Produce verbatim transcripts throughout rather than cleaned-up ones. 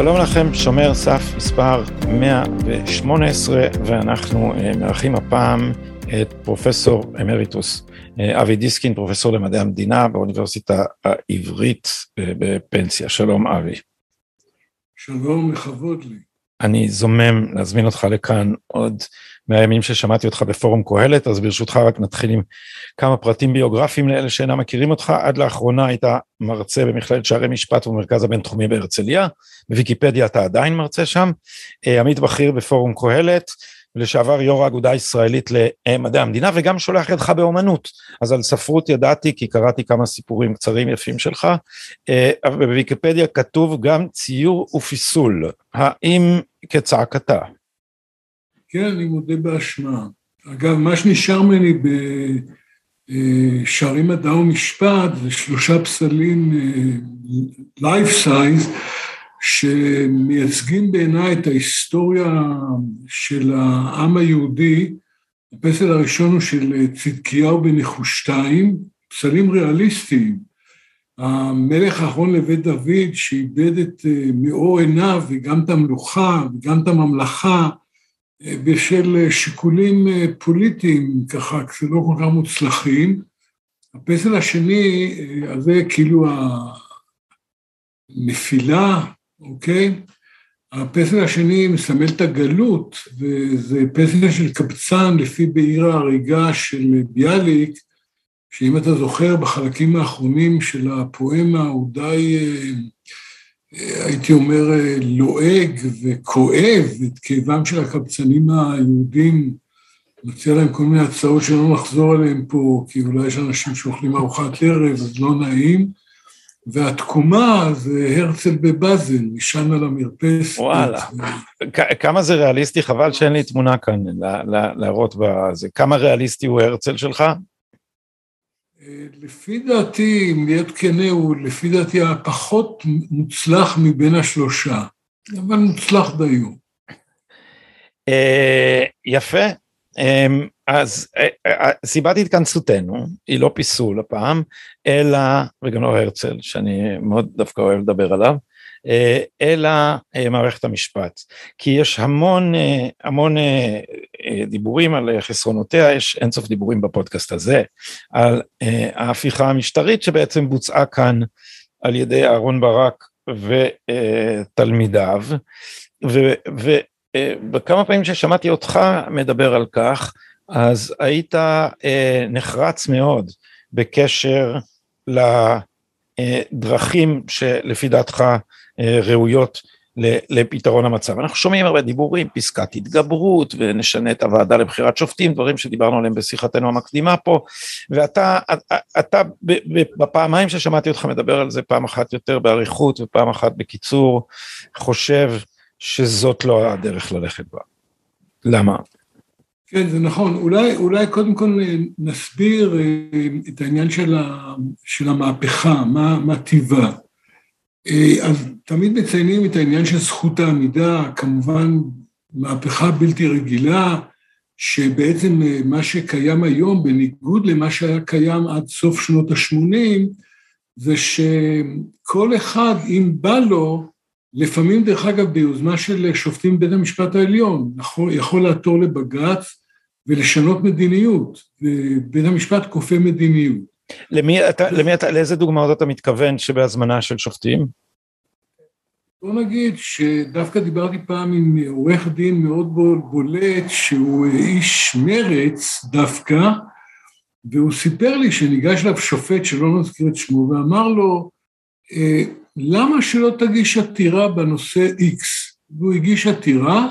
שלום לכם, שומר סף מספר מאה ושמונה עשרה, ואנחנו מארחים הפעם את פרופסור אמריטוס אבי דיסקין, פרופסור למדעי המדינה באוניברסיטה העברית בפנסיה. שלום אבי. שלום, לכבוד לי. אני זומם להזמין אותך לכאן עוד מהימים ששמעתי אותך בפורום קהלת, אז ברשותך רק נתחיל עם כמה פרטים ביוגרפיים לאלה שאינם מכירים אותך. עד לאחרונה היית מרצה במכללת שערי משפט ובמרכז הבינתחומי בהרצליה, בוויקיפדיה אתה עדיין מרצה שם, עמית בכיר בפורום קהלת, ולשעבר יו"ר האגודה הישראלית למדעי המדינה, וגם שולח ידך באומנות. אז על ספרות ידעתי, כי קראתי כמה סיפורים קצרים יפים שלך, אבל בוויקיפדיה כתוב גם ציור ופיסול. האם כצעקתה? כן, אני מודה באשמה. אגב, מה שנשאר ממני בשערי מדע ומשפט, זה שלושה פסלים life size, שמייצגים בעיניי את ההיסטוריה של העם היהודי. הפסל הראשון הוא של צדקיהו בן נחושתיים, פסלים ריאליסטיים. המלך האחרון לבית דוד שאיבד את מאור עיניו וגם את המלוכה וגם את הממלכה, בשל שיקולים פוליטיים, ככה, זה לא כל כך מוצלחים. הפסל השני, הזה כאילו הנפילה, אוקיי? הפסל השני מסמל את הגלות, וזה פסל של קבצן לפי בעיר ההריגה של ביאליק, שאם אתה זוכר בחלקים האחרונים של הפואמה, הוא די, הייתי אומר, לועג וכואב את כאבם של הקבצנים היהודים, מציע להם כל מיני הצעות שלא נחזור עליהם פה, כי אולי יש אנשים שאוכלים ארוחת ערב, אז לא נעים, והתקומה זה הרצל בבאזל, נשען על המרפסת. וואלה, כמה זה ריאליסטי, חבל שאין לי תמונה כאן להראות בזה, כמה ריאליסטי הוא הרצל שלך? לפי דעתי, אם להיות כנה, הוא לפי דעתי הפחות מוצלח מבין השלושה, אבל מוצלח דיו. יפה. אז סיבת התכנסותנו היא לא פיסול הפעם, אלא, וגם לא הרצל, שאני מאוד דווקא אוהב לדבר עליו, אלא מערכת המשפט. כי יש המון, המון דיבורים על חסרונותיה, יש אינסוף דיבורים בפודקאסט הזה, על ההפיכה המשטרית שבעצם בוצעה כאן על ידי אהרון ברק ותלמידיו, ו... ו בכמה פעמים ששמעתי אותך מדבר על כך, אז היית נחרץ מאוד בקשר לדרכים שלפי דעתך ראויות לפתרון המצב. אנחנו שומעים הרבה דיבורים, פסקת התגברות, ונשנה את הוועדה לבחירת שופטים, דברים שדיברנו עליהם בשיחתנו המקדימה פה, ואתה אתה, בפעמיים ששמעתי אותך מדבר על זה, פעם אחת יותר בעריכות ופעם אחת בקיצור, חושב שזאת לא הדרך ללכת בה. למה? כן, זה נכון. אולי, אולי קודם כל נסביר את העניין של, ה, של המהפכה, מה, מה טיבה. אז תמיד מציינים את העניין של זכות העמידה, כמובן מהפכה בלתי רגילה, שבעצם מה שקיים היום, בניגוד למה שהיה קיים עד סוף שנות ה-שמונים, זה שכל אחד, אם בא לו, לפעמים דרך אגב ביוזמה של שופטים בית המשפט העליון, יכול לעתור לבג"ץ ולשנות מדיניות, ובית המשפט כופה מדיניות. למי אתה, למי אתה, לאיזה דוגמאות אתה מתכוון שבהזמנה של שופטים? בוא נגיד שדווקא דיברתי פעם עם עורך דין מאוד בולט, שהוא איש מרץ דווקא, והוא סיפר לי שניגש אליו שופט שלא נזכיר את שמו, ואמר לו, למה שלא תגיש עתירה בנושא X? והוא הגיש עתירה,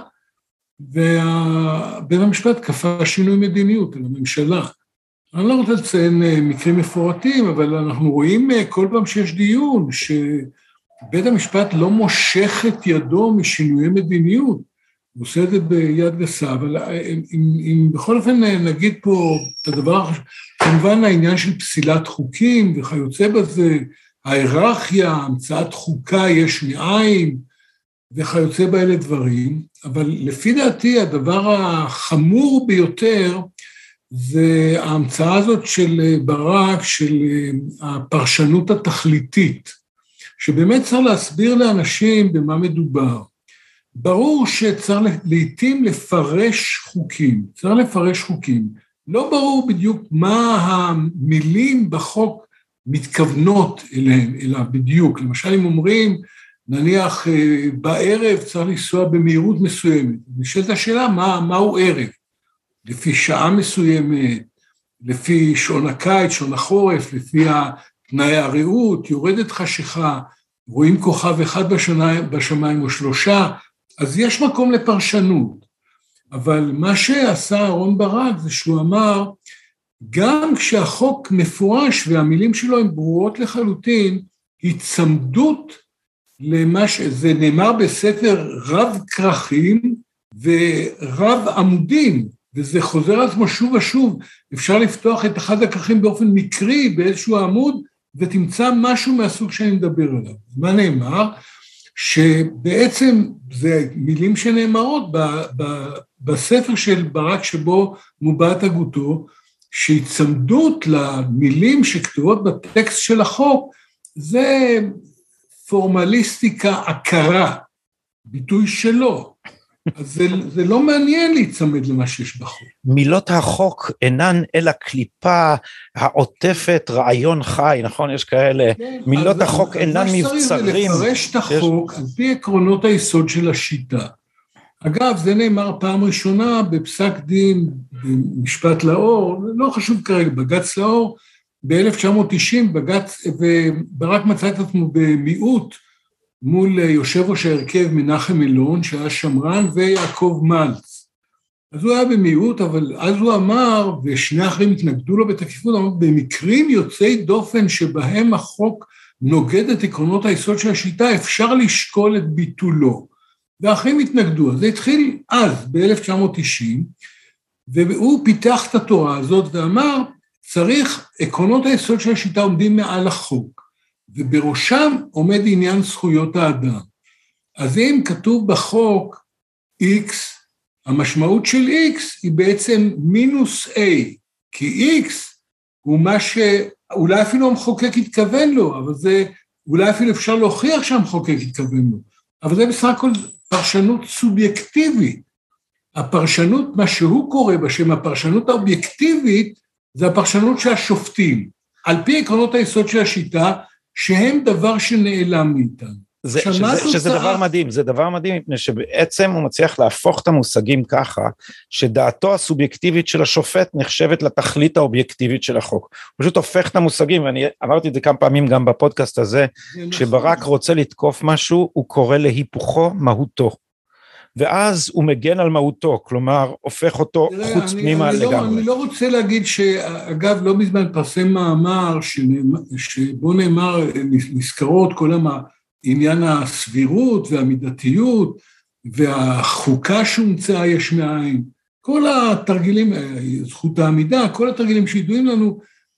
ובית המשפט כפה שינוי מדיניות על הממשלה. אני לא רוצה לציין מקרים מפורטים, אבל אנחנו רואים כל פעם שיש דיון, שבית המשפט לא מושך את ידו משינויי מדיניות, הוא עושה את זה ביד גסה, אבל אם, אם בכל אופן נגיד פה את הדבר, כמובן העניין של פסילת חוקים וכיוצא בזה, ההיררכיה, המצאת חוקה יש מאין, וכיוצא באלה דברים, אבל לפי דעתי הדבר החמור ביותר, זה ההמצאה הזאת של ברק, של הפרשנות התכליתית, שבאמת צריך להסביר לאנשים במה מדובר. ברור שצריך לעתים לפרש חוקים, צריך לפרש חוקים. לא ברור בדיוק מה המילים בחוק מתכוונות אליהם, אלא בדיוק. למשל, אם אומרים, נניח בערב צריך לנסוע במהירות מסוימת, נשאלת השאלה, מה, מהו ערב? לפי שעה מסוימת, לפי שעון הקיץ, שעון החורף, לפי תנאי הרעות, יורדת חשיכה, רואים כוכב אחד בשנה, בשמיים או שלושה, אז יש מקום לפרשנות. אבל מה שעשה אהרון ברק זה שהוא אמר, גם כשהחוק מפורש והמילים שלו הן ברורות לחלוטין, הצמדות למה שזה נאמר בספר רב כרכים ורב עמודים, וזה חוזר על עצמו שוב ושוב, אפשר לפתוח את אחד הכרכים באופן מקרי באיזשהו עמוד, ותמצא משהו מהסוג שאני מדבר עליו. מה נאמר? שבעצם זה מילים שנאמרות ב, ב, בספר של ברק שבו מובעת הגותו, שהצמדות למילים שכתובות בטקסט של החוק, זה פורמליסטיקה עקרה, ביטוי שלו. אז זה, זה לא מעניין להצמד למה שיש בחוק. מילות החוק אינן אלא קליפה העוטפת רעיון חי, נכון? יש כאלה, כן, מילות החוק אינן מבצרים. מה שצריך זה לפרש את החוק יש... על פי עקרונות היסוד של השיטה. אגב, זה נאמר פעם ראשונה בפסק דין, במשפט לאור, לא חשוב כרגע, בג"ץ לאור, ב-אלף תשע מאות תשעים, בג"ץ, וברק מצא את עצמו במיעוט, מול יושב ראש ההרכב מנחם אלון, שהיה שמרן, ויעקב מלץ. אז הוא היה במיעוט, אבל אז הוא אמר, ושני אחרים התנגדו לו בתקיפות, אמר, במקרים יוצאי דופן שבהם החוק נוגד את עקרונות היסוד של השיטה, אפשר לשקול את ביטולו. ואחרים התנגדו, אז זה התחיל אז, ב-אלף תשע מאות תשעים, והוא פיתח את התורה הזאת ואמר, צריך, עקרונות היסוד של השיטה עומדים מעל החוק. ובראשם עומד עניין זכויות האדם. אז אם כתוב בחוק X, המשמעות של X היא בעצם מינוס A, כי X הוא מה שאולי אפילו המחוקק התכוון לו, אבל זה אולי אפילו אפשר להוכיח שהמחוקק התכוון לו, אבל זה בסך הכל פרשנות סובייקטיבית. הפרשנות, מה שהוא קורא בשם הפרשנות האובייקטיבית, זה הפרשנות של השופטים, על פי עקרונות היסוד של השיטה, שהם דבר שנעלם מאיתנו. זה, שזה, שזה דבר מדהים, זה דבר מדהים, מפני שבעצם הוא מצליח להפוך את המושגים ככה, שדעתו הסובייקטיבית של השופט נחשבת לתכלית האובייקטיבית של החוק. הוא פשוט הופך את המושגים, ואני אמרתי את זה כמה פעמים גם בפודקאסט הזה, כשברק נכון. רוצה לתקוף משהו, הוא קורא להיפוכו מהותו. ואז הוא מגן על מהותו, כלומר, הופך אותו תראה, חוץ אני, פנימה אני לגמרי. לא, אני לא רוצה להגיד שאגב, לא מזמן פרסם מאמר, שנאמר, שבו נאמר, נזכרות כל העניין הסבירות והמידתיות, והחוקה שהומצאה יש מאין, כל התרגילים, זכות העמידה, כל התרגילים שידועים לנו,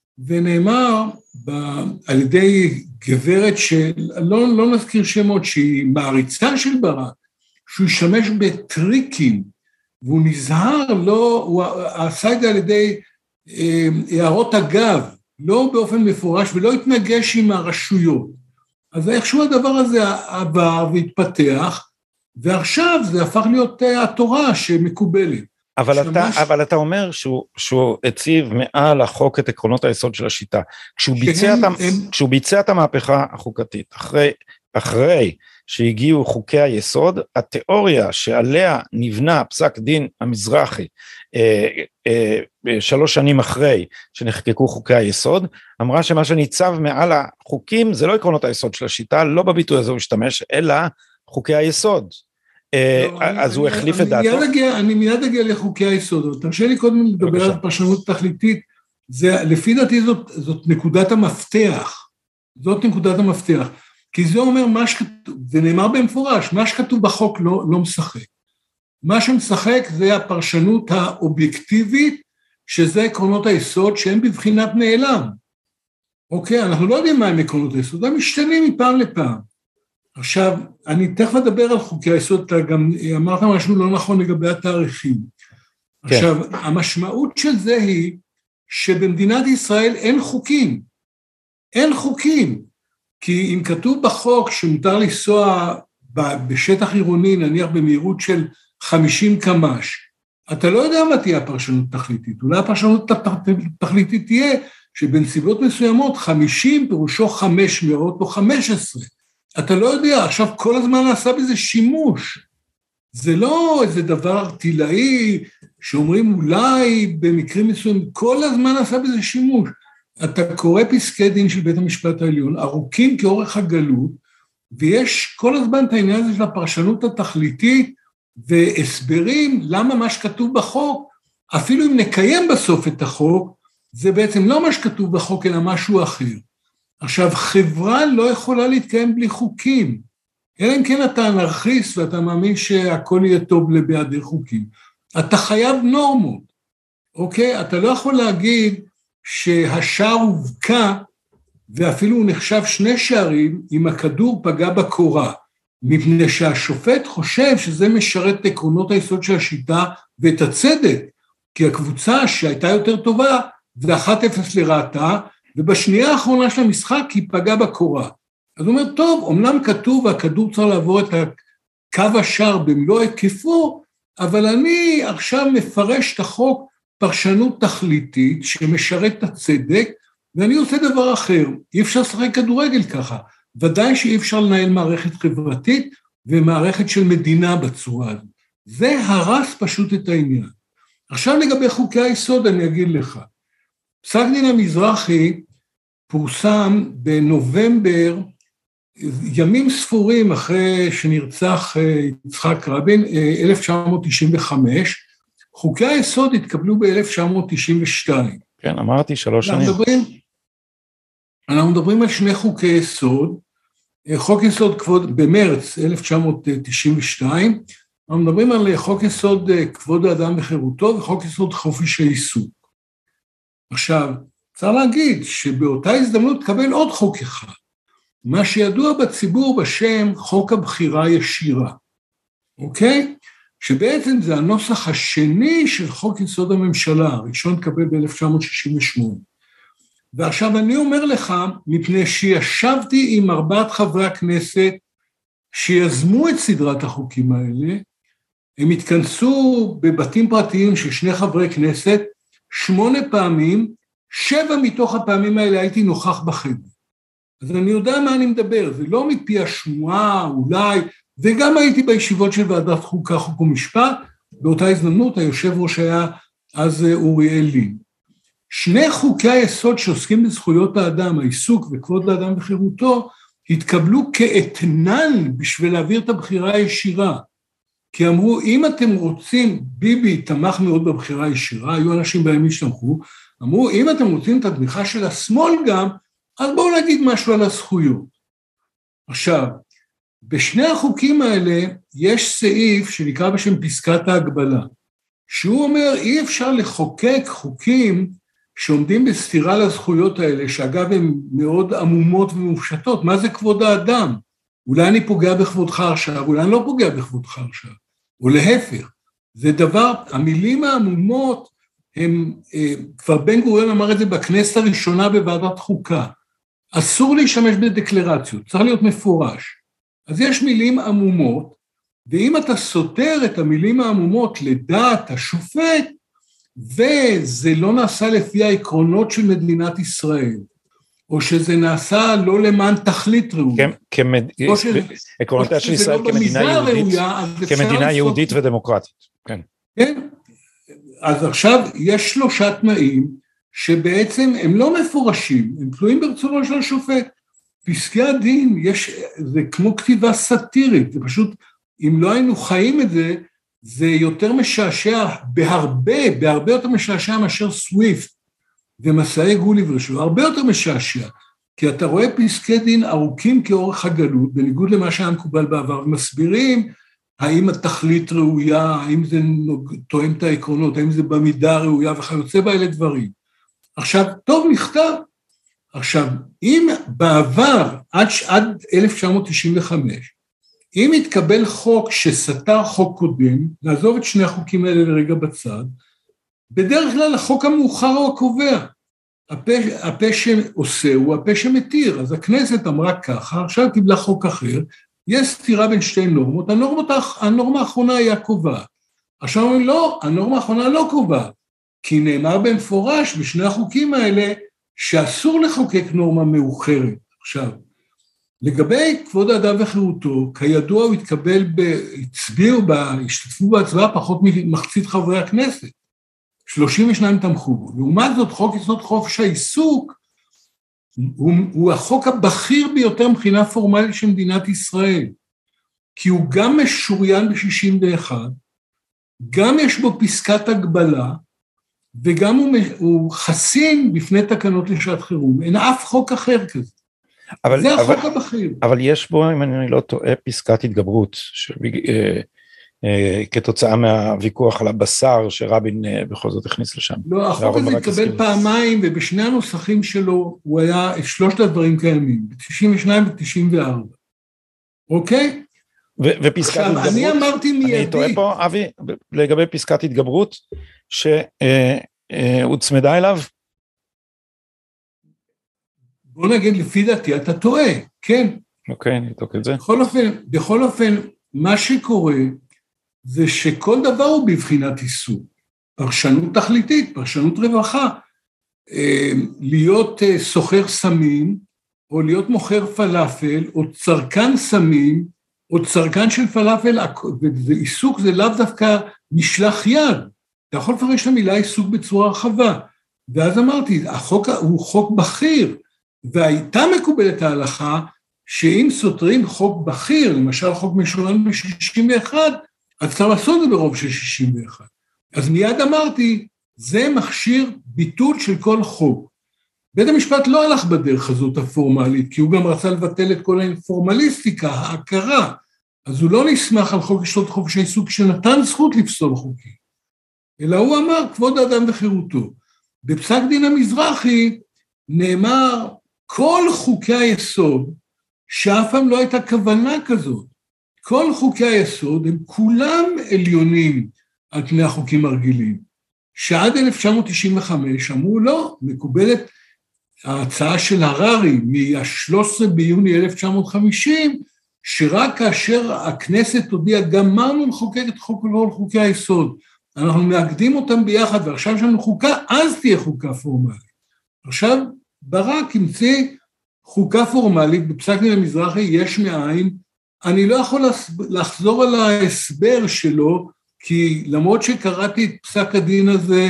ונאמר ב, על ידי גברת שלא לא נזכיר שמות, שהיא מעריצה של ברק, שהוא ישמש בטריקים, והוא נזהר, לא, הוא עשה את זה על ידי אה, הערות אגב, לא באופן מפורש, ולא התנגש עם הרשויות. אז איכשהו הדבר הזה עבר והתפתח, ועכשיו זה הפך להיות התורה שמקובלת. אבל, אתה, ש... אבל אתה אומר שהוא, שהוא הציב מעל החוק את עקרונות היסוד של השיטה. כשהוא ביצע, את, הם... כשהוא ביצע את המהפכה החוקתית, אחרי, אחרי שהגיעו חוקי היסוד, התיאוריה שעליה נבנה פסק דין המזרחי, אה, אה, שלוש שנים אחרי שנחקקו חוקי היסוד, אמרה שמה שניצב מעל החוקים, זה לא עקרונות היסוד של השיטה, לא בביטוי הזה הוא משתמש, אלא חוקי היסוד. אה, לא, אז אני, הוא אני, החליף אני, את דעתו. מיד אגיע, אני מיד אגיע לחוקי היסוד, תרשה לי קודם לדבר על פרשנות תכליתית, זה, לפי דעתי זאת, זאת נקודת המפתח, זאת נקודת המפתח, כי זה אומר מה שכתוב, זה נאמר במפורש, מה שכתוב בחוק לא, לא משחק. מה שמשחק זה הפרשנות האובייקטיבית, שזה עקרונות היסוד שהם בבחינת נעלם. אוקיי, אנחנו לא יודעים מה הם עקרונות היסוד, הם משתנים מפעם לפעם. עכשיו, אני תכף אדבר על חוקי היסוד, אתה גם אמרת משהו לא נכון לגבי התאריכים. כן. עכשיו, המשמעות של זה היא, שבמדינת ישראל אין חוקים. אין חוקים. כי אם כתוב בחוק שמותר לנסוע בשטח עירוני, נניח במהירות של חמישים קמ"ש, אתה לא יודע מה תהיה הפרשנות התכליתית, אולי הפרשנות התכליתית תהיה שבנסיבות מסוימות חמישים פירושו חמש מאות או חמש עשרה, אתה לא יודע, עכשיו כל הזמן נעשה בזה שימוש, זה לא איזה דבר ארטילאי שאומרים אולי במקרים מסוימים, כל הזמן נעשה בזה שימוש, אתה קורא פסקי דין של בית המשפט העליון, ארוכים כאורך הגלות, ויש כל הזמן את העניין הזה של הפרשנות התכליתית, והסברים למה מה שכתוב בחוק, אפילו אם נקיים בסוף את החוק, זה בעצם לא מה שכתוב בחוק, אלא משהו אחר. עכשיו, חברה לא יכולה להתקיים בלי חוקים, אלא אם כן אתה אנרכיסט, ואתה מאמין שהכל יהיה טוב בהיעדר חוקים. אתה חייב נורמות, אוקיי? אתה לא יכול להגיד שהשער הובקע, ואפילו הוא נחשב שני שערים, אם הכדור פגע בקורה, מפני שהשופט חושב שזה משרת את עקרונות היסוד של השיטה ואת הצדק, כי הקבוצה שהייתה יותר טובה, זה אחת אפס לרעתה, ובשנייה האחרונה של המשחק היא פגעה בקורה. אז הוא אומר, טוב, אמנם כתוב, והכדור צריך לעבור את קו השער במלוא היקפו, אבל אני עכשיו מפרש את החוק פרשנות תכליתית, שמשרת את הצדק, ואני עושה דבר אחר. אי אפשר לשחק כדורגל ככה. ודאי שאי אפשר לנהל מערכת חברתית, ומערכת של מדינה בצורה הזאת. זה הרס פשוט את העניין. עכשיו לגבי חוקי היסוד אני אגיד לך, פסק דין המזרחי פורסם בנובמבר, ימים ספורים אחרי שנרצח יצחק רבין, אלף תשע מאות תשעים וחמש, חוקי היסוד התקבלו ב-אלף תשע מאות תשעים ושתיים. כן, אמרתי שלוש שנים. אנחנו מדברים, אנחנו מדברים על שני חוקי יסוד, חוק יסוד כבוד, במרץ אלף תשע מאות תשעים ושתיים, אנחנו מדברים על חוק יסוד כבוד האדם וחירותו, וחוק יסוד חופש העיסוק. עכשיו, צריך להגיד שבאותה הזדמנות תקבל עוד חוק אחד, מה שידוע בציבור בשם חוק הבחירה הישירה, אוקיי? שבעצם זה הנוסח השני של חוק יסוד הממשלה, הראשון תקבל ב-אלף תשע מאות שישים ושמונה. ועכשיו אני אומר לך, מפני שישבתי עם ארבעת חברי הכנסת שיזמו את סדרת החוקים האלה, הם התכנסו בבתים פרטיים של שני חברי כנסת, שמונה פעמים, שבע מתוך הפעמים האלה הייתי נוכח בחדר. אז אני יודע מה אני מדבר, זה לא מפי השמועה, אולי, וגם הייתי בישיבות של ועדת חוקה, חוק ומשפט, באותה הזדמנות היושב ראש היה אז אוריאל לין. שני חוקי היסוד שעוסקים בזכויות האדם, העיסוק וכבוד האדם וחירותו, התקבלו כאתנן בשביל להעביר את הבחירה הישירה. כי אמרו, אם אתם רוצים, ביבי תמך מאוד בבחירה הישירה, היו אנשים בהם השתמכו, אמרו, אם אתם רוצים את התמיכה של השמאל גם, אז בואו נגיד משהו על הזכויות. עכשיו, בשני החוקים האלה יש סעיף שנקרא בשם פסקת ההגבלה, שהוא אומר, אי אפשר לחוקק חוקים שעומדים בסתירה לזכויות האלה, שאגב הן מאוד עמומות ומופשטות, מה זה כבוד האדם? אולי אני פוגע בכבודך עכשיו, אולי אני לא פוגע בכבודך עכשיו, או להפך. זה דבר, המילים העמומות, הם, כבר בן גוריון אמר את זה בכנסת הראשונה בוועדת חוקה, אסור להשתמש בדקלרציות, צריך להיות מפורש. אז יש מילים עמומות, ואם אתה סותר את המילים העמומות לדעת השופט, וזה לא נעשה לפי העקרונות של מדינת ישראל, או שזה נעשה לא למען תכלית ראויה. עקרונותיה של ישראל כמדינה יהודית ודמוקרטית. כן. אז עכשיו יש שלושה תנאים, שבעצם הם לא מפורשים, הם תלויים ברצונו של השופט. פסקי הדין, יש, זה כמו כתיבה סאטירית, זה פשוט, אם לא היינו חיים את זה, זה יותר משעשע, בהרבה, בהרבה יותר משעשע מאשר סוויפט, ומסעי גוליבר שלו, הרבה יותר משעשע, כי אתה רואה פסקי דין ארוכים כאורך הגלות, בניגוד למה שהיה מקובל בעבר, ומסבירים האם התכלית ראויה, האם זה תואם את העקרונות, האם זה במידה ראויה, וכיוצא באלה דברים. עכשיו, טוב נכתב, עכשיו, אם בעבר, עד, עד אלף תשע מאות תשעים וחמש, אם יתקבל חוק שסתר חוק קודם, נעזוב את שני החוקים האלה לרגע בצד, בדרך כלל החוק המאוחר הוא הקובע, הפה, הפה שעושה הוא הפה שמתיר, אז הכנסת אמרה ככה, עכשיו קיבלה חוק אחר, יש סתירה בין שתי נורמות, הנורמות, הנורמה האחרונה היא הקובעת. עכשיו אומרים, לא, הנורמה האחרונה לא קובעת, כי נאמר במפורש בשני החוקים האלה, שאסור לחוקק נורמה מאוחרת. עכשיו, לגבי כבוד האדם וחירותו, כידוע הוא התקבל, הצביעו, השתתפו בהצבעה פחות ממחצית חברי הכנסת, שלושים ושניים תמכו בו. לעומת זאת, חוק יסוד חופש העיסוק, הוא, הוא החוק הבכיר ביותר מבחינה פורמלית של מדינת ישראל, כי הוא גם משוריין ב-שישים ואחת, גם יש בו פסקת הגבלה, וגם הוא, הוא חסין בפני תקנות לשעת חירום, אין אף חוק אחר כזה. אבל, זה החוק אבל, הבכיר. אבל יש בו, אם אני לא טועה, פסקת התגברות, אה, אה, כתוצאה מהוויכוח על הבשר שרבין אה, בכל זאת הכניס לשם. לא, החוק הזה התקבל פעמיים, ובשני הנוסחים שלו הוא היה, שלושת הדברים קיימים, ב-תשעים ושתיים ו-תשעים וארבע. אוקיי? ו- ופסקת עכשיו, התגברות, אני אמרתי מיידי. אני טועה פה, אבי, לגבי פסקת התגברות, שהוצמדה אליו? בוא נגיד, לפי דעתי, אתה טועה, כן. אוקיי, אני אתוק את זה. בכל אופן, בכל אופן, מה שקורה, זה שכל דבר הוא בבחינת איסור. פרשנות תכליתית, פרשנות רווחה, להיות סוחר סמים, או להיות מוכר פלאפל, או צרכן סמים, או צרכן של פלאפל, ועיסוק זה לאו דווקא משלח יד. אתה יכול לפרש את המילה עיסוק בצורה רחבה. ואז אמרתי, החוק הוא חוק בכיר, והייתה מקובלת ההלכה, שאם סותרים חוק בכיר, למשל חוק משוריין ב-שישים ואחת, אז צריך לעשות את זה ברוב של שישים ואחת. אז מיד אמרתי, זה מכשיר ביטול של כל חוק. בית המשפט לא הלך בדרך הזאת הפורמלית, כי הוא גם רצה לבטל את כל האינפורמליסטיקה, ההכרה, אז הוא לא נסמך על חוק יסוד חופש העיסוק, שנתן זכות לפסול חוקים, אלא הוא אמר כבוד האדם וחירותו. בפסק דין המזרחי נאמר, כל חוקי היסוד, שאף פעם לא הייתה כוונה כזאת, כל חוקי היסוד הם כולם עליונים על פני החוקים הרגילים, שעד אלף תשע מאות תשעים וחמש אמרו לא, מקובלת ההצעה של הררי מה-שלושה עשר ביוני אלף תשע מאות חמישים, שרק כאשר הכנסת הודיעה גמרנו לחוקק את חוק כל חוקי היסוד, אנחנו מאגדים אותם ביחד, ועכשיו יש לנו חוקה, אז תהיה חוקה פורמלית. עכשיו ברק ימצא חוקה פורמלית, בפסק דין המזרחי יש מאין, אני לא יכול לחזור על ההסבר שלו, כי למרות שקראתי את פסק הדין הזה,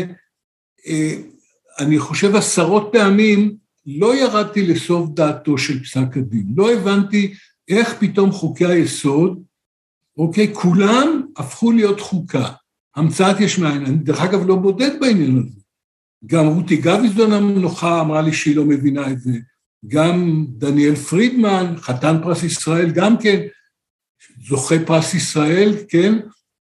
אני חושב עשרות פעמים, לא ירדתי לסוף דעתו של פסק הדין, לא הבנתי איך פתאום חוקי היסוד, אוקיי, כולם הפכו להיות חוקה, המצאת יש מאין, אני דרך אגב לא בודד בעניין הזה, גם רותי גביזון המנוחה אמרה לי שהיא לא מבינה את זה, גם דניאל פרידמן, חתן פרס ישראל, גם כן, זוכה פרס ישראל, כן,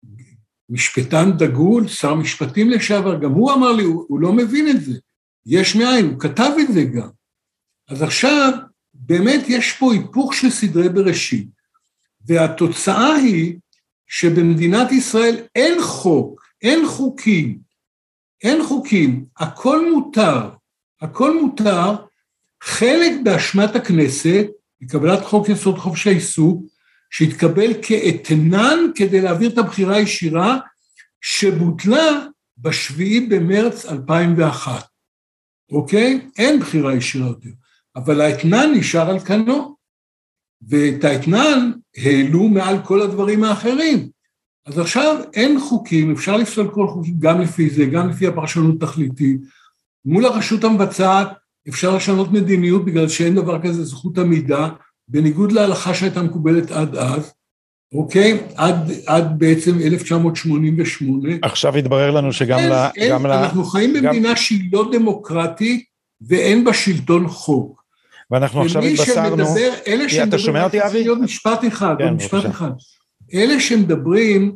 משפטן דגול, שר משפטים לשעבר, גם הוא אמר לי, הוא, הוא לא מבין את זה, יש מאין, הוא כתב את זה גם. אז עכשיו, באמת יש פה היפוך של סדרי בראשית, והתוצאה היא שבמדינת ישראל אין חוק, אין חוקים, אין חוקים, הכל מותר, הכל מותר, חלק באשמת הכנסת, לקבלת חוק יסוד חופש העיסוק, שהתקבל כאתנן כדי להעביר את הבחירה הישירה, שבוטלה בשביעי במרץ אלפיים ואחת. אוקיי? אין בחירה ישירה יותר. אבל האתנן נשאר על כנו, ואת האתנן העלו מעל כל הדברים האחרים. אז עכשיו אין חוקים, אפשר לפסול כל חוקים, גם לפי זה, גם לפי הפרשנות תכליתית. מול הרשות המבצעת אפשר לשנות מדיניות, בגלל שאין דבר כזה זכות עמידה, בניגוד להלכה שהייתה מקובלת עד אז, אוקיי? עד, עד בעצם אלף תשע מאות שמונים ושמונה. עכשיו התברר לנו שגם אין, לה... אין, גם אנחנו לה, חיים גם... במדינה שהיא לא דמוקרטית, ואין בה שלטון חוק. ואנחנו עכשיו התבשרנו... שמדבר, אלה שמדברים, אתה שומע אותי, אבי? עוד משפט אחד, כן, עוד משפט אחד. אלה שמדברים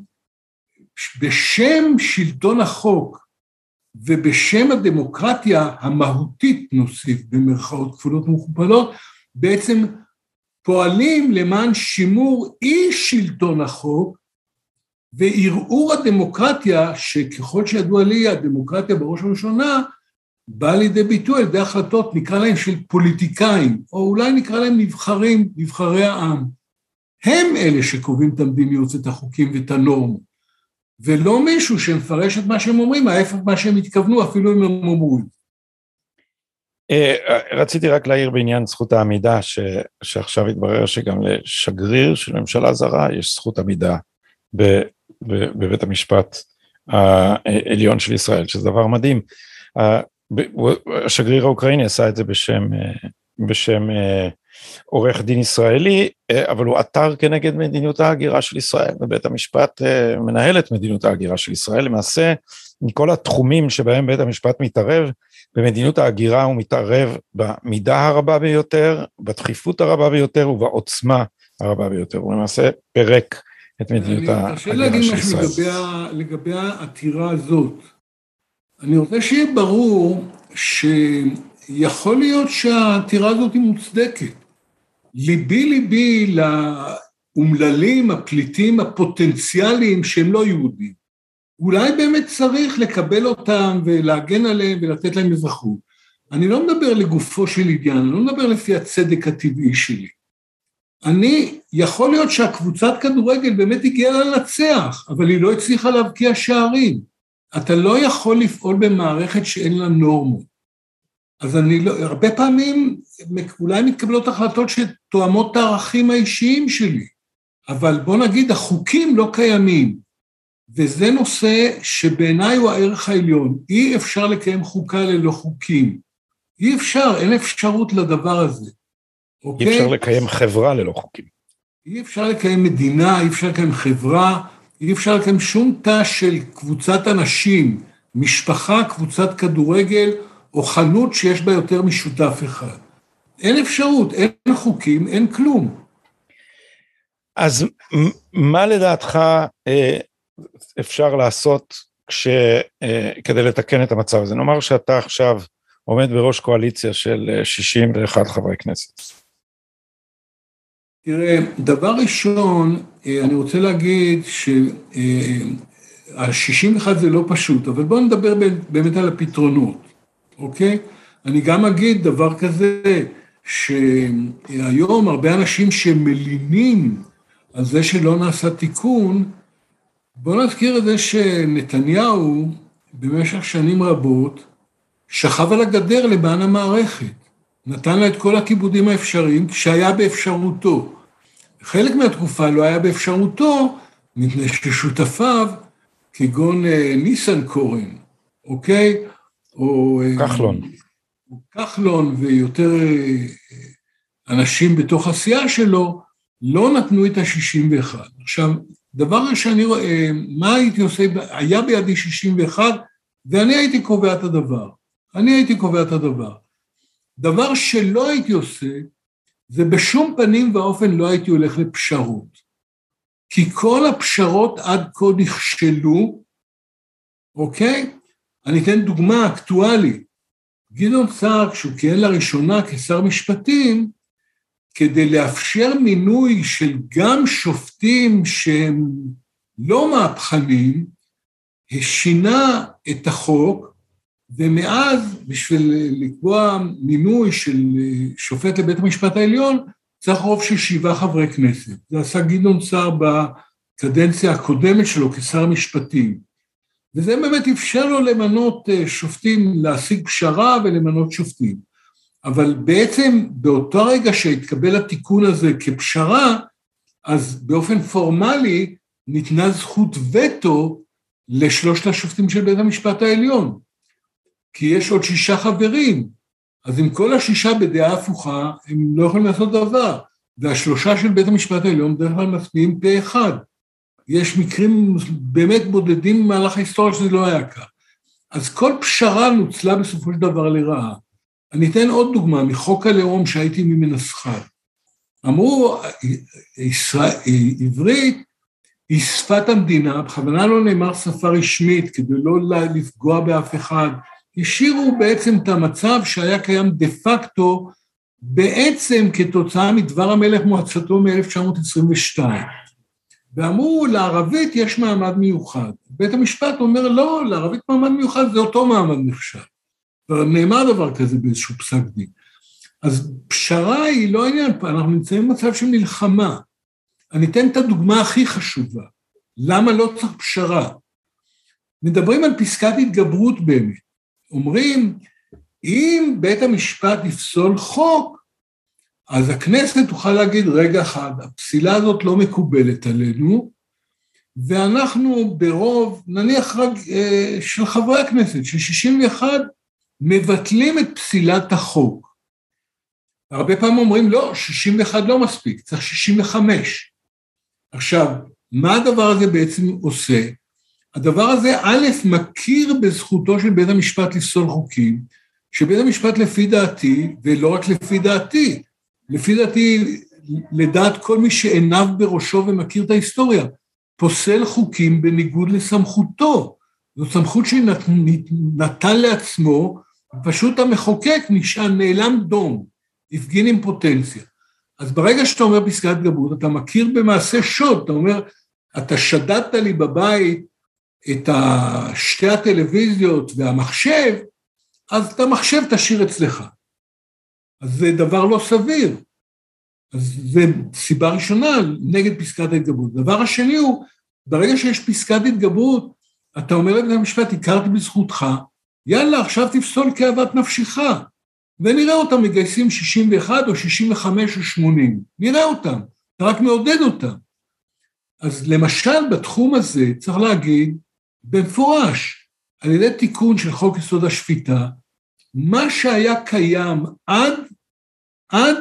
בשם שלטון החוק, ובשם הדמוקרטיה המהותית, נוסיף במרכאות כפולות ומכופלות, בעצם פועלים למען שימור אי שלטון החוק, וערעור הדמוקרטיה, שככל שידוע לי, הדמוקרטיה בראש ובראשונה, בא לידי ביטוי על ידי החלטות, נקרא להם של פוליטיקאים, או אולי נקרא להם נבחרים, נבחרי העם. הם אלה שקובעים את המדיניות, את החוקים ואת הנורמות, ולא מישהו שמפרש את מה שהם אומרים, ההפך מה שהם התכוונו, אפילו אם הם אומרים. רציתי רק להעיר בעניין זכות העמידה, ש, שעכשיו התברר שגם לשגריר של ממשלה זרה, יש זכות עמידה ב, ב, בבית המשפט העליון של ישראל, שזה דבר מדהים. השגריר האוקראיני עשה את זה בשם, בשם עורך דין ישראלי, אבל הוא עתר כנגד מדיניות ההגירה של ישראל, ובית המשפט מנהל את מדיניות ההגירה של ישראל, למעשה מכל התחומים שבהם בית המשפט מתערב, במדיניות ההגירה הוא מתערב במידה הרבה ביותר, בדחיפות הרבה ביותר ובעוצמה הרבה ביותר, הוא למעשה פרק את מדיניות ההגירה של ישראל. אני רוצה להגיד משהו לגבי העתירה הזאת. אני רוצה שיהיה ברור שיכול להיות שהעתירה הזאת היא מוצדקת. ליבי ליבי לאומללים, הפליטים הפוטנציאליים שהם לא יהודים. אולי באמת צריך לקבל אותם ולהגן עליהם ולתת להם אזרחות. אני לא מדבר לגופו של עניין, אני לא מדבר לפי הצדק הטבעי שלי. אני, יכול להיות שהקבוצת כדורגל באמת הגיעה לנצח, אבל היא לא הצליחה להבקיע שערים. אתה לא יכול לפעול במערכת שאין לה נורמות. אז אני לא, הרבה פעמים אולי מתקבלות החלטות שתואמות את הערכים האישיים שלי, אבל בוא נגיד, החוקים לא קיימים, וזה נושא שבעיניי הוא הערך העליון. אי אפשר לקיים חוקה ללא חוקים. אי אפשר, אין אפשרות לדבר הזה. אוקיי? אי אפשר לקיים חברה ללא חוקים. אי אפשר לקיים מדינה, אי אפשר לקיים חברה, אי אפשר לקיים שום תא של קבוצת אנשים, משפחה, קבוצת כדורגל, או חנות שיש בה יותר משותף אחד. אין אפשרות, אין חוקים, אין כלום. אז מה לדעתך אפשר לעשות כש, כדי לתקן את המצב הזה? נאמר שאתה עכשיו עומד בראש קואליציה של שישים ואחד חברי כנסת. תראה, דבר ראשון, אני רוצה להגיד שה-שישים ואחת זה לא פשוט, אבל בואו נדבר באמת על הפתרונות, אוקיי? אני גם אגיד דבר כזה, שהיום הרבה אנשים שמלינים על זה שלא נעשה תיקון, בואו נזכיר את זה שנתניהו במשך שנים רבות שכב על הגדר למען המערכת, נתן לה את כל הכיבודים האפשריים כשהיה באפשרותו. חלק מהתקופה לא היה באפשרותו, מפני ששותפיו, כגון ניסנקורן, אוקיי? או כחלון. או כחלון ויותר אנשים בתוך הסיעה שלו, לא נתנו את ה-שישים ואחת. עכשיו, דבר שאני רואה, מה הייתי עושה, היה בידי שישים ואחת, ואני הייתי קובע את הדבר. אני הייתי קובע את הדבר. דבר שלא הייתי עושה, זה בשום פנים ואופן לא הייתי הולך לפשרות. כי כל הפשרות עד כה נכשלו, אוקיי? אני אתן דוגמה אקטואלית. גדעון סער, כשהוא כיהן לראשונה כשר משפטים, כדי לאפשר מינוי של גם שופטים שהם לא מהפכנים, השינה את החוק, ומאז בשביל לקבוע מינוי של שופט לבית המשפט העליון, צריך רוב של שבעה חברי כנסת. זה עשה גדעון סער בקדנציה הקודמת שלו כשר משפטים. וזה באמת אפשר לו למנות שופטים, להשיג פשרה ולמנות שופטים. אבל בעצם באותו רגע שהתקבל התיקון הזה כפשרה, אז באופן פורמלי ניתנה זכות וטו לשלושת השופטים של בית המשפט העליון. כי יש עוד שישה חברים, אז עם כל השישה בדעה הפוכה, הם לא יכולים לעשות דבר, והשלושה של בית המשפט העליון בדרך כלל מצביעים פה אחד. יש מקרים באמת בודדים במהלך ההיסטוריה שזה לא היה כך. אז כל פשרה נוצלה בסופו של דבר לרעה. אני אתן עוד דוגמה מחוק הלאום שהייתי ממנסחיו. אמרו, ישראל, עברית היא שפת המדינה, בכוונה לא נאמר שפה רשמית כדי לא לפגוע באף אחד, השאירו בעצם את המצב שהיה קיים דה פקטו, בעצם כתוצאה מדבר המלך מועצתו מ-אלף תשע מאות עשרים ושתיים. ואמרו, לערבית יש מעמד מיוחד. בית המשפט אומר, לא, לערבית מעמד מיוחד זה אותו מעמד נחשב. כבר נאמר דבר כזה באיזשהו פסק דין. אז פשרה היא לא עניין, אנחנו נמצאים במצב של מלחמה. אני אתן את הדוגמה הכי חשובה. למה לא צריך פשרה? מדברים על פסקת התגברות באמת. אומרים, אם בית המשפט יפסול חוק, אז הכנסת תוכל להגיד, רגע אחד, הפסילה הזאת לא מקובלת עלינו, ואנחנו ברוב, נניח רק אה, של חברי הכנסת, של שישים ואחת, מבטלים את פסילת החוק. הרבה פעמים אומרים, לא, שישים ואחת לא מספיק, צריך שישים וחמש. עכשיו, מה הדבר הזה בעצם עושה? הדבר הזה, א', מכיר בזכותו של בית המשפט לפסול חוקים, שבית המשפט לפי דעתי, ולא רק לפי דעתי, לפי דעתי, לדעת כל מי שעיניו בראשו ומכיר את ההיסטוריה, פוסל חוקים בניגוד לסמכותו. זו סמכות שנתן לעצמו, פשוט המחוקק נשאר נעלם דום, הפגין אימפוטנציה. אז ברגע שאתה אומר פסקת התגברות, אתה מכיר במעשה שוד, אתה אומר, אתה שדדת לי בבית את שתי הטלוויזיות והמחשב, אז את המחשב תשאיר אצלך. אז זה דבר לא סביר. אז זה סיבה ראשונה נגד פסקת ההתגברות. דבר השני הוא, ברגע שיש פסקת התגברות, אתה אומר לבית המשפט, הכרתי בזכותך, יאללה, עכשיו תפסול כאוות נפשך, ונראה אותם מגייסים שישים ואחת או שישים וחמש או שמונים, נראה אותם, אתה רק מעודד אותם. אז למשל בתחום הזה צריך להגיד, במפורש, על ידי תיקון של חוק יסוד השפיטה, מה שהיה קיים עד, עד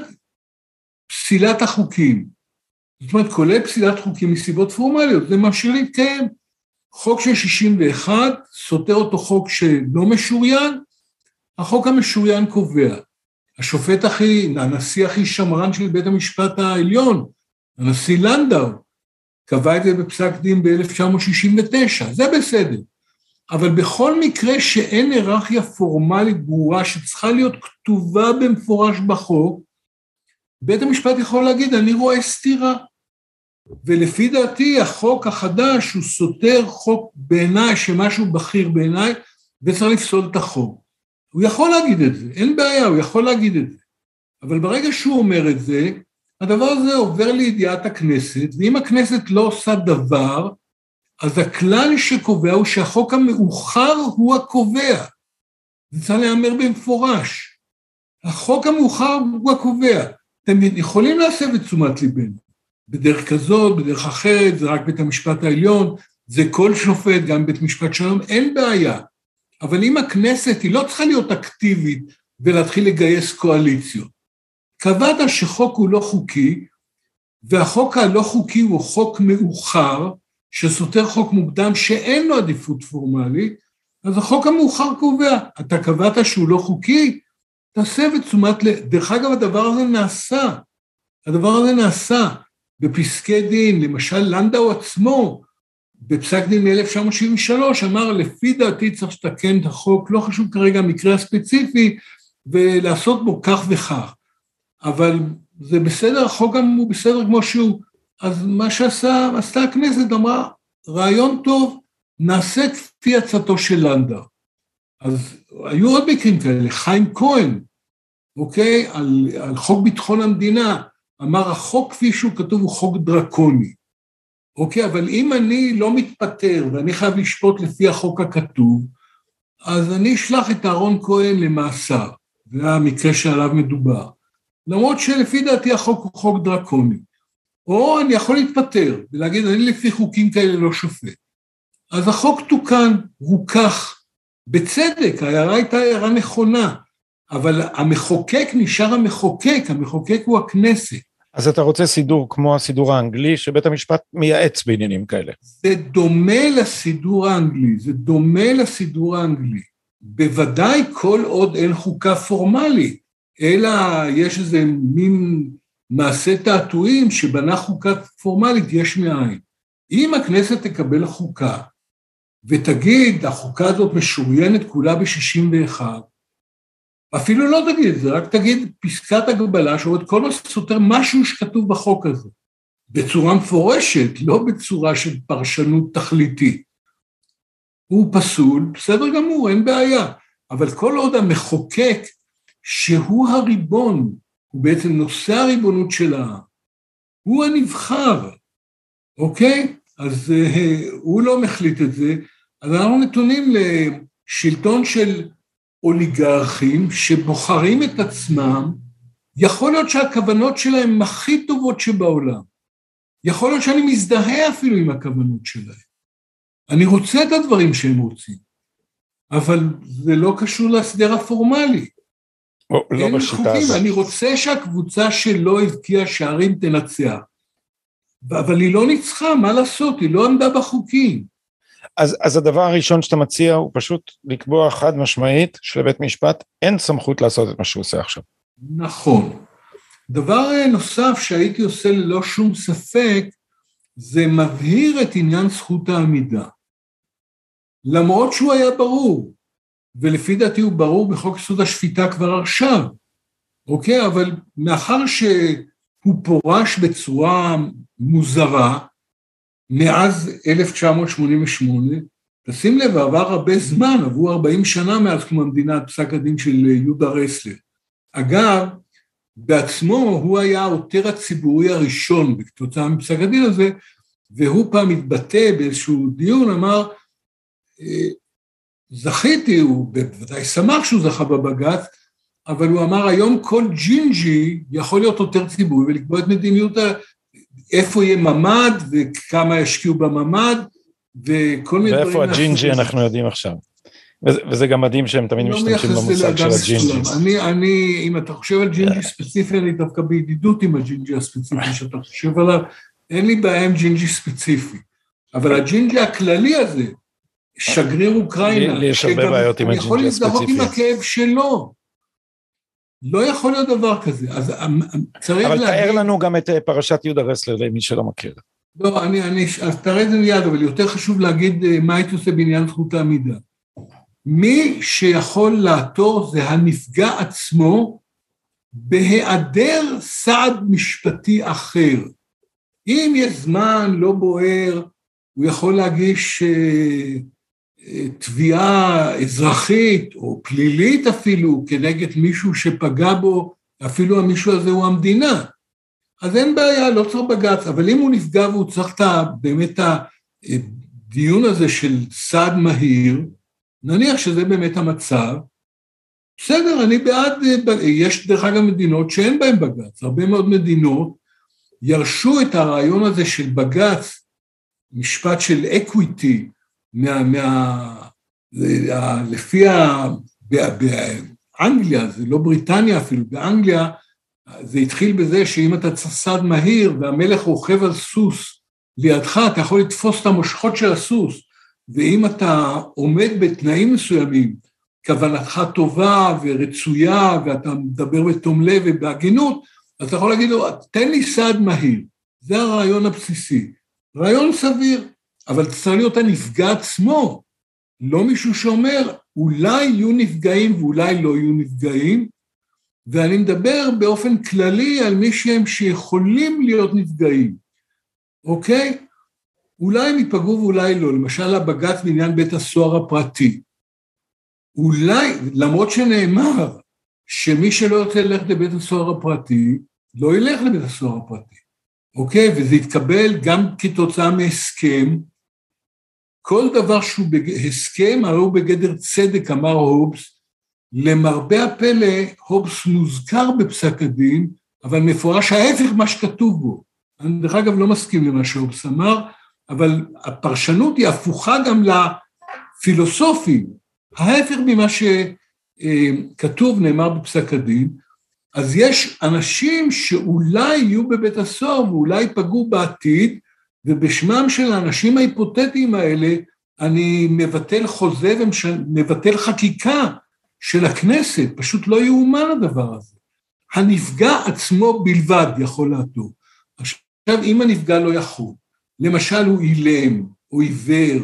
פסילת החוקים, זאת אומרת, כולל פסילת חוקים מסיבות פורמליות, זה ממשיך להתקיים. חוק של שישים ואחת, סותר אותו חוק שלא משוריין, החוק המשוריין קובע. השופט הכי, הנשיא הכי שמרן של בית המשפט העליון, הנשיא לנדאו, קבע את זה בפסק דין ב-אלף תשע מאות שישים ותשע, זה בסדר. אבל בכל מקרה שאין היררכיה פורמלית ברורה, שצריכה להיות כתובה במפורש בחוק, בית המשפט יכול להגיד, אני רואה סתירה. ולפי דעתי, החוק החדש הוא סותר חוק בעיניי, שמשהו בכיר בעיניי, וצריך לפסול את החוק. הוא יכול להגיד את זה, אין בעיה, הוא יכול להגיד את זה. אבל ברגע שהוא אומר את זה, הדבר הזה עובר לידיעת הכנסת, ואם הכנסת לא עושה דבר, אז הכלל שקובע הוא שהחוק המאוחר הוא הקובע. זה צריך להאמר במפורש. החוק המאוחר הוא הקובע. אתם יכולים להסב את תשומת ליבנו. בדרך כזאת, בדרך אחרת, זה רק בית המשפט העליון, זה כל שופט, גם בית משפט שלום, אין בעיה. אבל אם הכנסת היא לא צריכה להיות אקטיבית ולהתחיל לגייס קואליציות. קבעת שחוק הוא לא חוקי, והחוק הלא חוקי הוא חוק מאוחר, שסותר חוק מוקדם שאין לו עדיפות פורמלית, אז החוק המאוחר קובע, אתה קבעת שהוא לא חוקי, תעשה ותשומת לב. דרך אגב, הדבר הזה נעשה, הדבר הזה נעשה בפסקי דין, למשל לנדאו עצמו, בפסק דין מ-אלף תשע מאות שבעים ושלוש, אמר, לפי דעתי צריך לתקן את החוק, לא חשוב כרגע המקרה הספציפי, ולעשות בו כך וכך. אבל זה בסדר, החוק גם הוא בסדר כמו שהוא. אז מה שעשה, עשתה הכנסת, אמרה, רעיון טוב, נעשה כפי הצעתו של לנדאו. אז היו עוד מקרים כאלה, חיים כהן, אוקיי, על, על חוק ביטחון המדינה, אמר, החוק כפי שהוא כתוב הוא חוק דרקוני. אוקיי, אבל אם אני לא מתפטר, ואני חייב לשפוט לפי החוק הכתוב, אז אני אשלח את אהרון כהן למאסר, זה המקרה שעליו מדובר. למרות שלפי דעתי החוק הוא חוק דרקוני. או אני יכול להתפטר, ולהגיד, אני לפי חוקים כאלה לא שופט. אז החוק תוקן, הוא כך, בצדק, ההערה הייתה הערה נכונה, אבל המחוקק נשאר המחוקק, המחוקק הוא הכנסת. אז אתה רוצה סידור כמו הסידור האנגלי, שבית המשפט מייעץ בעניינים כאלה. זה דומה לסידור האנגלי, זה דומה לסידור האנגלי. בוודאי כל עוד אין חוקה פורמלית, אלא יש איזה מין מעשה תעתועים שבנה חוקה פורמלית יש מאין. אם הכנסת תקבל חוקה, ותגיד, החוקה הזאת משוריינת כולה ב-שישים ואחת, אפילו לא תגיד את זה, רק תגיד פסקת הגבלה, שאומרת כל מה סותר משהו שכתוב בחוק הזה, בצורה מפורשת, לא בצורה של פרשנות תכליתית. הוא פסול, בסדר גמור, אין בעיה, אבל כל עוד המחוקק, שהוא הריבון, הוא בעצם נושא הריבונות שלה, הוא הנבחר, אוקיי? אז uh, הוא לא מחליט את זה, אז אנחנו נתונים לשלטון של אוליגרכים, שבוחרים את עצמם, יכול להיות שהכוונות שלהם הכי טובות שבעולם, יכול להיות שאני מזדהה אפילו עם הכוונות שלהם, אני רוצה את הדברים שהם רוצים, אבל זה לא קשור להסדר הפורמלי, או, לא בשיטה הזאת. אני רוצה שהקבוצה שלא הבקיעה שערים תנצח, אבל היא לא ניצחה, מה לעשות? היא לא עמדה בחוקים. אז, אז הדבר הראשון שאתה מציע הוא פשוט לקבוע חד משמעית שלבית משפט אין סמכות לעשות את מה שהוא עושה עכשיו. נכון. דבר נוסף שהייתי עושה ללא שום ספק, זה מבהיר את עניין זכות העמידה. למרות שהוא היה ברור, ולפי דעתי הוא ברור בחוק יסוד השפיטה כבר עכשיו, אוקיי? אבל מאחר שהוא פורש בצורה מוזרה, מאז אלף תשע מאות שמונים ושמונה, תשים לב, עבר הרבה זמן, עברו ארבעים שנה מאז כמו המדינה, פסק הדין של יהודה רסלר. אגב, בעצמו הוא היה העותר הציבורי הראשון בתוצאה מפסק הדין הזה, והוא פעם התבטא באיזשהו דיון, אמר, זכיתי, הוא בוודאי שמח שהוא זכה בבג"ץ, אבל הוא אמר, היום כל ג'ינג'י יכול להיות עותר ציבורי, ולקבוע את מדיניות, איפה יהיה ממד, וכמה ישקיעו בממד, וכל מיני דברים. ואיפה הג'ינג'י אנחנו יודעים עכשיו. וזה גם מדהים שהם תמיד משתמשים במושג של הג'ינג'י. אני, אני, אם אתה חושב על ג'ינג'י ספציפי, אני דווקא בידידות עם הג'ינג'י הספציפי שאתה חושב עליו, אין לי בעיה עם ג'ינג'י ספציפי, אבל הג'ינג'י הכללי הזה, שגריר אוקראינה, לי יש הרבה בעיות עם הג'ינג'י הספציפי. יכול להזדהות עם הכאב שלו. לא יכול להיות דבר כזה. אז צריך אבל להגיד... תאר לנו גם את פרשת יהודה רסלר, למי שלא מכיר. לא, אני, אני, אז תראה את זה מיד, אבל יותר חשוב להגיד מה הייתי עושה בעניין זכות העמידה. מי שיכול לעתור זה הנפגע עצמו, בהיעדר סעד משפטי אחר. אם יש זמן לא בוער, הוא יכול להגיש אה, אה, תביעה אזרחית או פלילית אפילו, כנגד מישהו שפגע בו, אפילו המישהו הזה הוא המדינה. אז אין בעיה, לא צריך בג"ץ, אבל אם הוא נפגע והוא צריך את, באמת הדיון הזה של סעד מהיר, נניח שזה באמת המצב, בסדר, אני בעד, יש דרך אגב מדינות שאין בהן בג"ץ, הרבה מאוד מדינות ירשו את הרעיון הזה של בג"ץ, משפט של אקוויטי, מה, מה, לפי ה, באנגליה, זה לא בריטניה אפילו, באנגליה, זה התחיל בזה שאם אתה צסד מהיר, והמלך רוכב על סוס לידך, אתה יכול לתפוס את המושכות של הסוס, ואם אתה עומד בתנאים מסוימים, כוונתך טובה ורצויה, ואתה מדבר בתום לב ובהגינות, אז אתה יכול להגיד לו, תן לי סעד מהיר. זה הרעיון הבסיסי. רעיון סביר, אבל צריך להיות הנפגע עצמו, לא מישהו שאומר, אולי יהיו נפגעים ואולי לא יהיו נפגעים, ואני מדבר באופן כללי על מי שהם שיכולים להיות נפגעים. אוקיי? אולי הם ייפגעו ואולי לא, למשל הבג"ץ בעניין בית הסוהר הפרטי. אולי, למרות שנאמר שמי שלא רוצה ללכת לבית הסוהר הפרטי, לא ילך לבית הסוהר הפרטי. אוקיי? וזה יתקבל גם כתוצאה מהסכם, כל דבר שהוא בהסכם, הרי הוא בגדר צדק, אמר הובס, למרבה הפלא, הובס מוזכר בפסק הדין, אבל מפורש ההפך מה שכתוב בו. אני דרך אגב לא מסכים למה שהובס אמר, אבל הפרשנות היא הפוכה גם לפילוסופים, ההפך ממה שכתוב נאמר בפסק הדין, אז יש אנשים שאולי יהיו בבית הסוהר ואולי פגעו בעתיד, ובשמם של האנשים ההיפותטיים האלה, אני מבטל חוזה ומבטל חקיקה של הכנסת, פשוט לא יאומן הדבר הזה. הנפגע עצמו בלבד יכול לעתור. עכשיו, אם הנפגע לא יכול, למשל הוא אילם, או עיוור,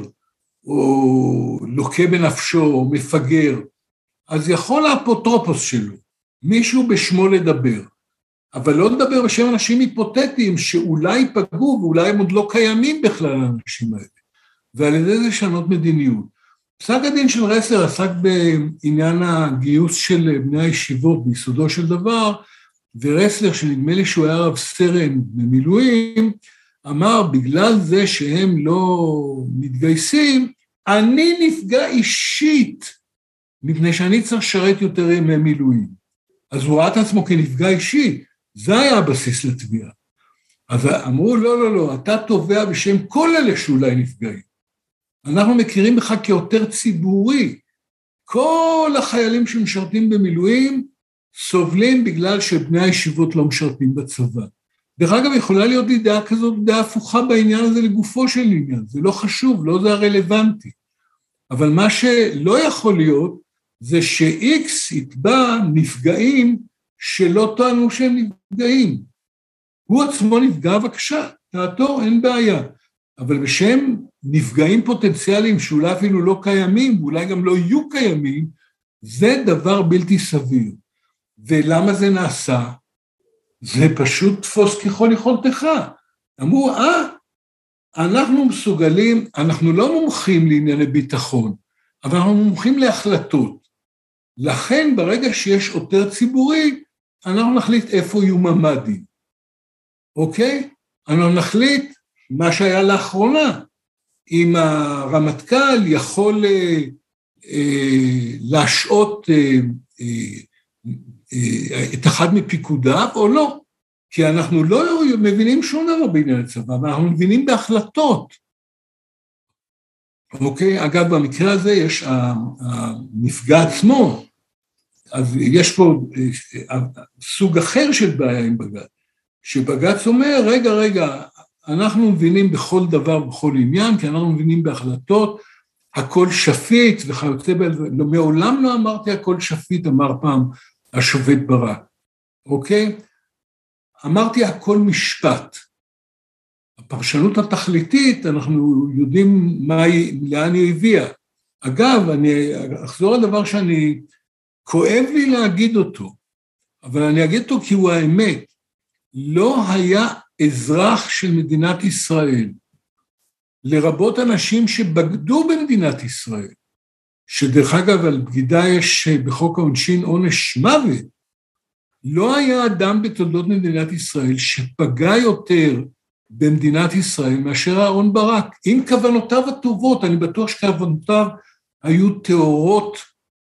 או לוקה בנפשו, או מפגר, אז יכול האפוטרופוס שלו, מישהו בשמו לדבר, אבל לא לדבר בשם אנשים היפותטיים שאולי פגעו, ואולי הם עוד לא קיימים בכלל האנשים האלה, ועל ידי זה לשנות מדיניות. פסק הדין של רסלר עסק בעניין הגיוס של בני הישיבות ביסודו של דבר, ורסלר, שנדמה לי שהוא היה רב סרן במילואים, אמר, בגלל זה שהם לא מתגייסים, אני נפגע אישית, מפני שאני צריך לשרת יותר ימי מילואים. אז הוא ראה את עצמו כנפגע אישי, זה היה הבסיס לתביעה. אז אמרו, לא, לא, לא, אתה תובע בשם כל אלה שאולי נפגעים. אנחנו מכירים בך כיותר ציבורי. כל החיילים שמשרתים במילואים, סובלים בגלל שבני הישיבות לא משרתים בצבא. דרך אגב, יכולה להיות לי דעה כזאת, דעה הפוכה בעניין הזה לגופו של עניין, זה לא חשוב, לא זה הרלוונטי. אבל מה שלא יכול להיות, זה ש-X יתבע נפגעים שלא טוענו שהם נפגעים. הוא עצמו נפגע, בבקשה, דעתו, אין בעיה. אבל בשם נפגעים פוטנציאליים שאולי אפילו לא קיימים, ואולי גם לא יהיו קיימים, זה דבר בלתי סביר. ולמה זה נעשה? זה פשוט תפוס ככל יכולתך. אמרו, אה, אנחנו מסוגלים, אנחנו לא מומחים לענייני ביטחון, אבל אנחנו מומחים להחלטות. לכן ברגע שיש עותר ציבורי, אנחנו נחליט איפה יהיו ממ"דים. אוקיי? אנחנו נחליט מה שהיה לאחרונה, אם הרמטכ"ל יכול אה, אה, להשעות אה, אה, את אחד מפיקודיו או לא, כי אנחנו לא מבינים שום דבר בעניין הצבא, אבל אנחנו מבינים בהחלטות. אוקיי? אגב, במקרה הזה יש הנפגע עצמו, אז יש פה סוג אחר של בעיה עם בג"ץ, שבג"ץ אומר, רגע, רגע, אנחנו מבינים בכל דבר, בכל עניין, כי אנחנו מבינים בהחלטות, הכל שפיט וכיוצא בזה, מעולם לא אמרתי הכל שפיט, אמר פעם השופט ברק, אוקיי? אמרתי הכל משפט. הפרשנות התכליתית, אנחנו יודעים מה היא, לאן היא הביאה. אגב, אני אחזור על דבר שאני, כואב לי להגיד אותו, אבל אני אגיד אותו כי הוא האמת. לא היה אזרח של מדינת ישראל, לרבות אנשים שבגדו במדינת ישראל, שדרך אגב על בגידה יש בחוק העונשין עונש מוות, לא היה אדם בתולדות מדינת ישראל שפגע יותר במדינת ישראל מאשר אהרן ברק, עם כוונותיו הטובות, אני בטוח שכוונותיו היו טהורות,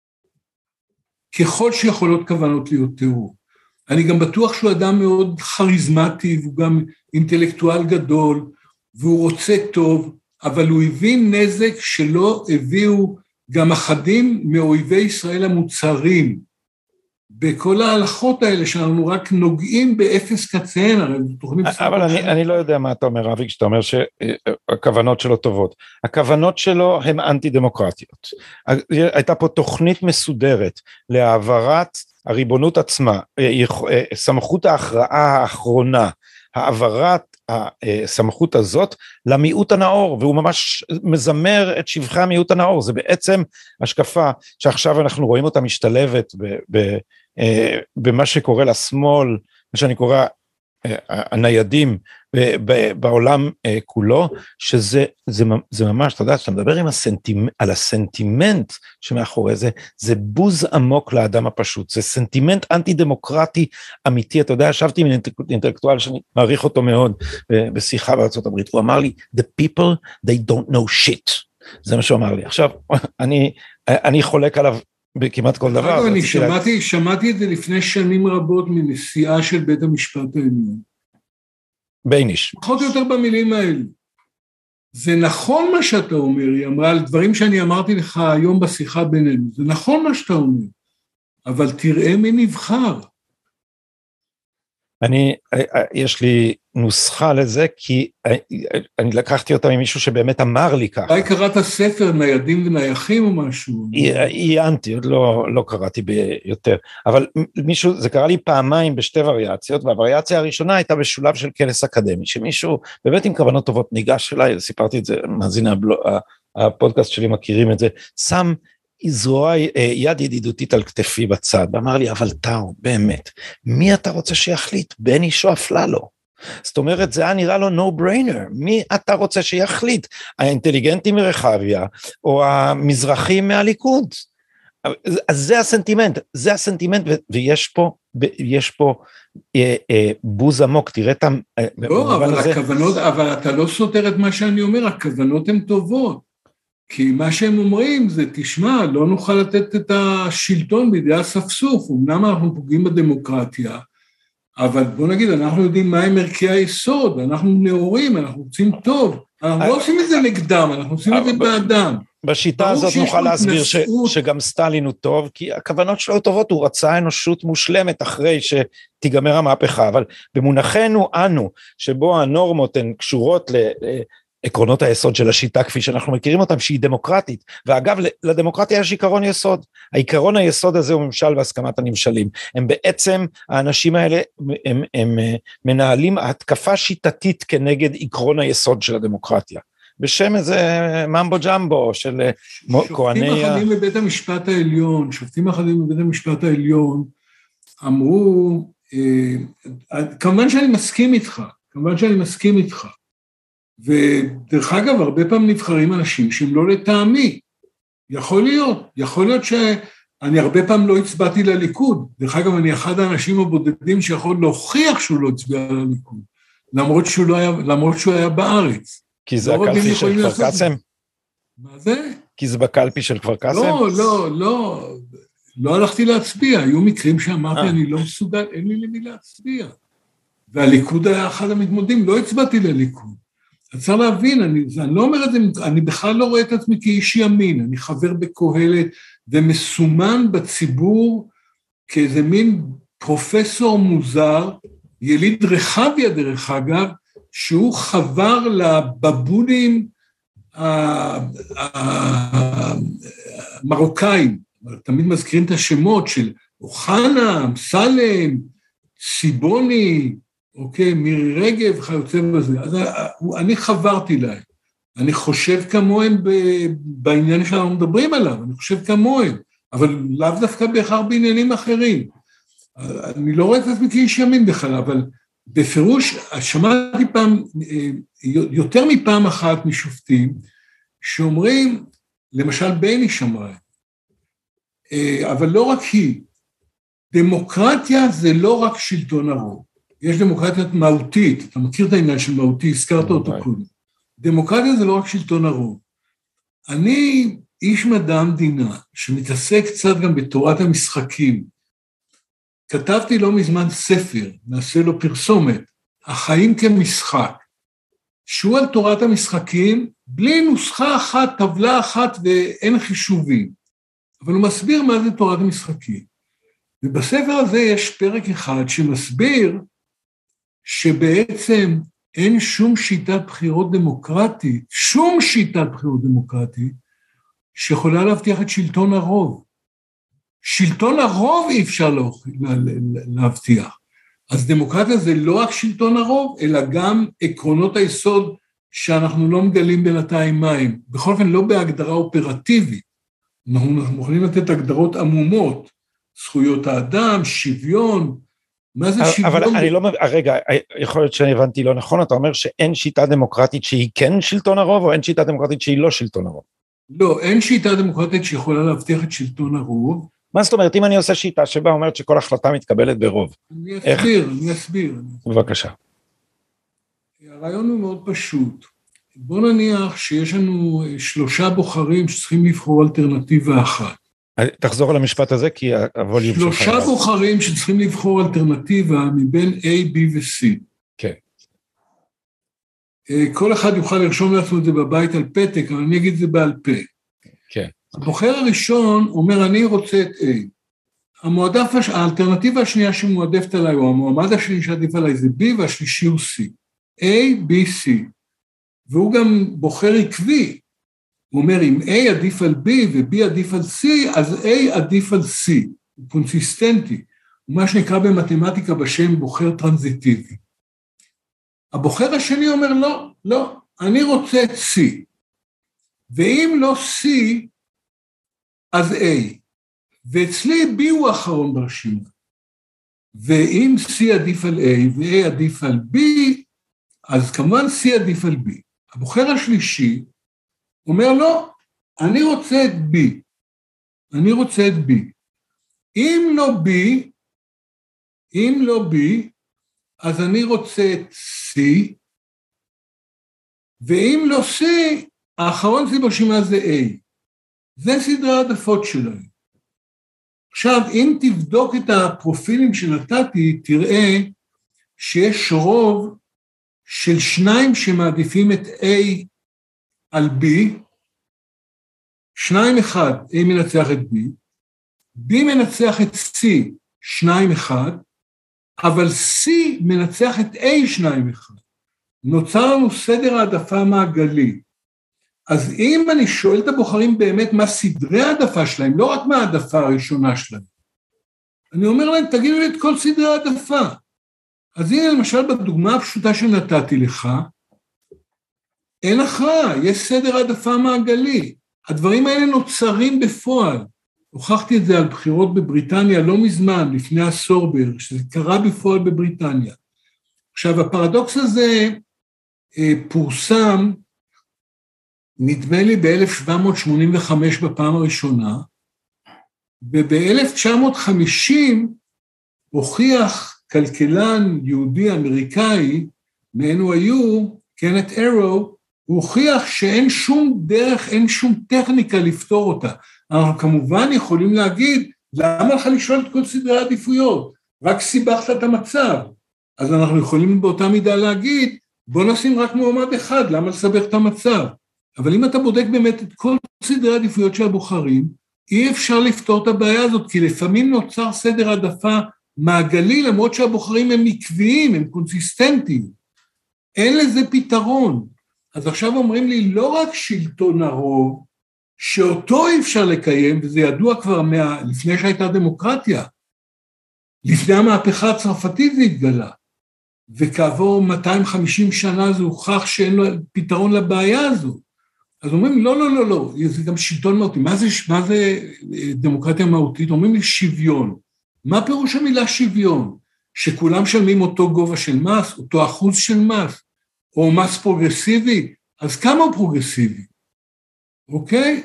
ככל שיכולות כוונות להיות טהור. אני גם בטוח שהוא אדם מאוד חריזמטי, והוא גם אינטלקטואל גדול, והוא רוצה טוב, אבל הוא הבין נזק שלא הביאו גם אחדים מאויבי ישראל המוצרים, בכל ההלכות האלה שאנחנו רק נוגעים באפס קציין, הרי תוכנים... אבל אני, אני לא יודע מה אתה אומר, אבי, כשאתה אומר שהכוונות שלו טובות. הכוונות שלו הן אנטי-דמוקרטיות. הייתה פה תוכנית מסודרת להעברת הריבונות עצמה, סמכות ההכרעה האחרונה, העברת הסמכות הזאת למיעוט הנאור, והוא ממש מזמר את שבחי המיעוט הנאור, זה בעצם השקפה שעכשיו אנחנו רואים אותה משתלבת ב, ב, במה שקורה לשמאל, מה שאני קורא הניידים בעולם כולו, שזה זה, זה ממש, אתה יודע, שאתה מדבר עם הסנטימנט, על הסנטימנט שמאחורי זה, זה בוז עמוק לאדם הפשוט, זה סנטימנט אנטי דמוקרטי אמיתי. אתה יודע, ישבתי עם אינטלקטואל שאני מעריך אותו מאוד בשיחה בארצות הברית, הוא אמר לי, the people, they don't know shit, זה מה שהוא אמר לי. עכשיו, אני, אני חולק עליו בכמעט כל דבר. אני שמעתי, שמעתי את זה לפני שנים רבות מנשיאה של בית המשפט העליון. בייניש. פחות או יותר במילים האלה. זה נכון מה שאתה אומר, היא אמרה על דברים שאני אמרתי לך היום בשיחה בינינו, זה נכון מה שאתה אומר, אבל תראה מי נבחר. אני, יש לי נוסחה לזה, כי אני לקחתי אותה ממישהו שבאמת אמר לי ככה. אולי קראת ספר ניידים ונייחים או משהו? עיינתי, עוד לא, לא קראתי ביותר, אבל מישהו, זה קרה לי פעמיים בשתי וריאציות, והווריאציה הראשונה הייתה בשולב של כנס אקדמי, שמישהו באמת עם כוונות טובות ניגש אליי, סיפרתי את זה, מאזיני הפודקאסט שלי מכירים את זה, שם זרוע יד ידידותית על כתפי בצד, ואמר לי, אבל טאו, באמת, מי אתה רוצה שיחליט? בני שו אפללו. זאת אומרת, זה היה נראה לו no brainer, מי אתה רוצה שיחליט? האינטליגנטים מרחביה, או המזרחים מהליכוד? אז זה הסנטימנט, זה הסנטימנט, ויש פה, יש פה אה, אה, בוז עמוק, תראה את ה... לא, אבל הזה... הכוונות, אבל אתה לא סותר את מה שאני אומר, הכוונות הן טובות, כי מה שהם אומרים זה, תשמע, לא נוכל לתת את השלטון בידי הספסוף, אמנם אנחנו פוגעים בדמוקרטיה, אבל בוא נגיד, אנחנו יודעים מהם ערכי היסוד, אנחנו נאורים, אנחנו רוצים טוב, אנחנו לא עושים את זה נגדם, אנחנו עושים את זה באדם. בשיטה הזאת נוכל להסביר ש, שגם סטלין הוא טוב, כי הכוונות שלו טובות, הוא רצה אנושות מושלמת אחרי שתיגמר המהפכה, אבל במונחנו אנו, שבו הנורמות הן קשורות לעקרונות היסוד של השיטה, כפי שאנחנו מכירים אותם, שהיא דמוקרטית, ואגב, לדמוקרטיה יש עיקרון יסוד, העיקרון היסוד הזה הוא ממשל והסכמת הנמשלים, הם בעצם, האנשים האלה, הם, הם מנהלים התקפה שיטתית כנגד עקרון היסוד של הדמוקרטיה, בשם איזה ממבו ג'מבו של כהני... שופטים אחדים בבית המשפט העליון, שופטים אחדים בבית המשפט העליון, אמרו, כמובן שאני מסכים איתך, כמובן שאני מסכים איתך, ודרך אגב, הרבה פעמים נבחרים אנשים שהם לא לטעמי, יכול להיות, יכול להיות שאני הרבה פעמים לא הצבעתי לליכוד, דרך אגב, אני אחד האנשים הבודדים שיכול להוכיח שהוא לא הצביע לליכוד, למרות שהוא, לא היה, למרות שהוא היה בארץ. כי זה הקלפי של כפר קאסם? מה זה? כי זה בקלפי של כפר קאסם? לא, לא, לא, לא הלכתי להצביע, היו מקרים שאמרתי, אני לא מסוגל, אין לי למי להצביע. והליכוד היה אחד המתמודדים, לא הצבעתי לליכוד. אתה צריך להבין, אני, אני לא אומר את זה, אני בכלל לא רואה את עצמי כאיש ימין, אני חבר בקהלת, ומסומן בציבור כאיזה מין פרופסור מוזר, יליד רחביה דרך אגב, שהוא חבר לבבונים המרוקאים, תמיד מזכירים את השמות של אוחנה, אמסלם, סיבוני, אוקיי, מירי רגב, חיוצא בזה, אז אני חברתי להם, אני חושב כמוהם בעניין שאנחנו מדברים עליו, אני חושב כמוהם, אבל לאו דווקא בהכרח בעניינים אחרים, אני לא רואה את עצמי כאיש ימין בכלל, אבל בפירוש, שמעתי פעם, יותר מפעם אחת משופטים, שאומרים, למשל בייני שמרה, אבל לא רק היא, דמוקרטיה זה לא רק שלטון הרוב, יש דמוקרטיה מהותית, אתה מכיר את העניין של מהותי, הזכרת אותו קודם, דמוקרטיה זה לא רק שלטון הרוב, אני איש מדע המדינה, שמתעסק קצת גם בתורת המשחקים, כתבתי לא מזמן ספר, נעשה לו פרסומת, החיים כמשחק, שהוא על תורת המשחקים, בלי נוסחה אחת, טבלה אחת ואין חישובים, אבל הוא מסביר מה זה תורת המשחקים. ובספר הזה יש פרק אחד שמסביר שבעצם אין שום שיטת בחירות דמוקרטית, שום שיטת בחירות דמוקרטית, שיכולה להבטיח את שלטון הרוב. שלטון הרוב אי אפשר להבטיח. אז דמוקרטיה זה לא רק שלטון הרוב, אלא גם עקרונות היסוד שאנחנו לא מגלים בינתיים מים. בכל אופן לא בהגדרה אופרטיבית. אנחנו יכולים לתת הגדרות עמומות, זכויות האדם, שוויון, מה זה שוויון? אבל אני לא, רגע, יכול להיות שאני הבנתי לא נכון, אתה אומר שאין שיטה דמוקרטית שהיא כן שלטון הרוב, או אין שיטה דמוקרטית שהיא לא שלטון הרוב? לא, אין שיטה דמוקרטית שיכולה להבטיח את שלטון הרוב, מה זאת אומרת, אם אני עושה שיטה שבה אומרת שכל החלטה מתקבלת ברוב? אני אסביר, אני אסביר. בבקשה. הרעיון הוא מאוד פשוט. בוא נניח שיש לנו שלושה בוחרים שצריכים לבחור אלטרנטיבה אחת. תחזור על המשפט הזה, כי הווליום שלך... שלושה בוחרים שצריכים לבחור אלטרנטיבה מבין A, B ו-C. כן. כל אחד יוכל לרשום לעצמו את זה בבית על פתק, אבל אני אגיד את זה בעל פה. כן. הבוחר הראשון אומר, אני רוצה את A. המועדף, האלטרנטיבה השנייה שמועדפת עליי, או המועמד השני שעדיף עליי זה B, והשלישי הוא C. A, B, C. והוא גם בוחר עקבי. הוא אומר, אם A עדיף על B ו-B עדיף על C, אז A עדיף על C. הוא קונסיסטנטי. הוא מה שנקרא במתמטיקה בשם בוחר טרנזיטיבי. הבוחר השני אומר, לא, לא, אני רוצה את C. ואם לא C, אז A. ואצלי B הוא האחרון ברשימה. ואם C עדיף על A ו-A עדיף על B, אז כמובן C עדיף על B. הבוחר השלישי אומר לא, אני רוצה את B, אני רוצה את B. אם לא B, אם לא B, אז אני רוצה את C, ואם לא C, האחרון שלי ברשימה זה A. זה סדרי העדפות שלהם. עכשיו, אם תבדוק את הפרופילים שנתתי, תראה שיש רוב של שניים שמעדיפים את A על B, שניים אחד, A מנצח את B, B מנצח את C, שניים אחד, אבל C מנצח את A, שניים אחד. נוצר לנו סדר העדפה מעגלי. אז אם אני שואל את הבוחרים באמת מה סדרי העדפה שלהם, לא רק מה העדפה הראשונה שלהם, אני אומר להם, תגידו לי את כל סדרי העדפה. אז הנה למשל בדוגמה הפשוטה שנתתי לך, אין הכרעה, יש סדר העדפה מעגלי. הדברים האלה נוצרים בפועל. הוכחתי את זה על בחירות בבריטניה לא מזמן, לפני עשור בערך, שזה קרה בפועל בבריטניה. עכשיו, הפרדוקס הזה אה, פורסם, נדמה לי ב-אלף שבע מאות שמונים וחמש בפעם הראשונה, וב-אלף תשע מאות חמישים הוכיח כלכלן יהודי אמריקאי, מ-אן וואי יו, קנת אירו, הוא הוכיח שאין שום דרך, אין שום טכניקה לפתור אותה. אנחנו כמובן יכולים להגיד, למה לך לשאול את כל סדרי העדיפויות? רק סיבכת את המצב. אז אנחנו יכולים באותה מידה להגיד, בוא נשים רק מועמד אחד, למה לסבך את המצב? אבל אם אתה בודק באמת את כל סדרי העדיפויות של הבוחרים, אי אפשר לפתור את הבעיה הזאת, כי לפעמים נוצר סדר העדפה מעגלי, למרות שהבוחרים הם עקביים, הם קונסיסטנטיים. אין לזה פתרון. אז עכשיו אומרים לי, לא רק שלטון הרוב, שאותו אי אפשר לקיים, וזה ידוע כבר מה, לפני שהייתה דמוקרטיה, לפני המהפכה הצרפתית זה התגלה, וכעבור מאתיים וחמישים שנה זה הוכח שאין לו פתרון לבעיה הזו. אז אומרים, לא, לא, לא, לא, זה גם שלטון מהותי. מה זה, מה זה דמוקרטיה מהותית? אומרים לי שוויון. מה פירוש המילה שוויון? שכולם שלמים אותו גובה של מס, אותו אחוז של מס, או מס פרוגרסיבי? אז כמה הוא פרוגרסיבי? אוקיי?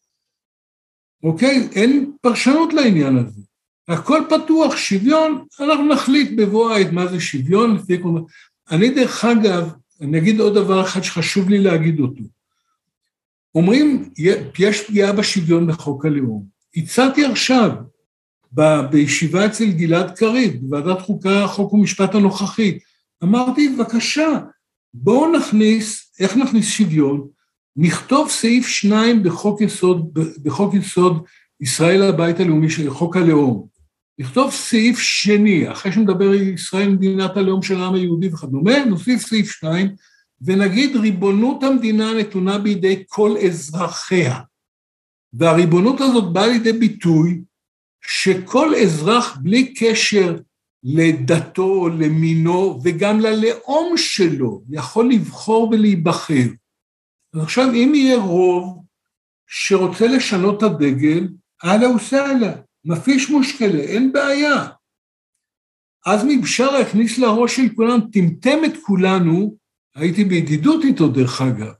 אוקיי? אין פרשנות לעניין הזה. הכל פתוח, שוויון, אנחנו נחליט בבוא העת מה זה שוויון. אני דרך אגב, אני אגיד עוד דבר אחד שחשוב לי להגיד אותו. אומרים, יש פגיעה בשוויון בחוק הלאום. הצעתי עכשיו, ב- בישיבה אצל גלעד קריב, בוועדת חוקה, חוק ומשפט הנוכחית, אמרתי, בבקשה, בואו נכניס, איך נכניס שוויון? נכתוב סעיף שניים בחוק יסוד, בחוק יסוד ישראל הבית הלאומי של חוק הלאום. נכתוב סעיף שני, אחרי שמדבר ישראל מדינת הלאום של העם היהודי וכדומה, נוסיף סעיף שניים, ונגיד ריבונות המדינה נתונה בידי כל אזרחיה. והריבונות הזאת באה לידי ביטוי שכל אזרח בלי קשר לדתו, למינו וגם ללאום שלו יכול לבחור ולהיבחר. ועכשיו אם יהיה רוב שרוצה לשנות את הדגל, אהלה וסהלה, מפיש מושכלה, אין בעיה. אז מבשארה הכניס לראש של כולנו, טמטם את כולנו, הייתי בידידות איתו דרך אגב,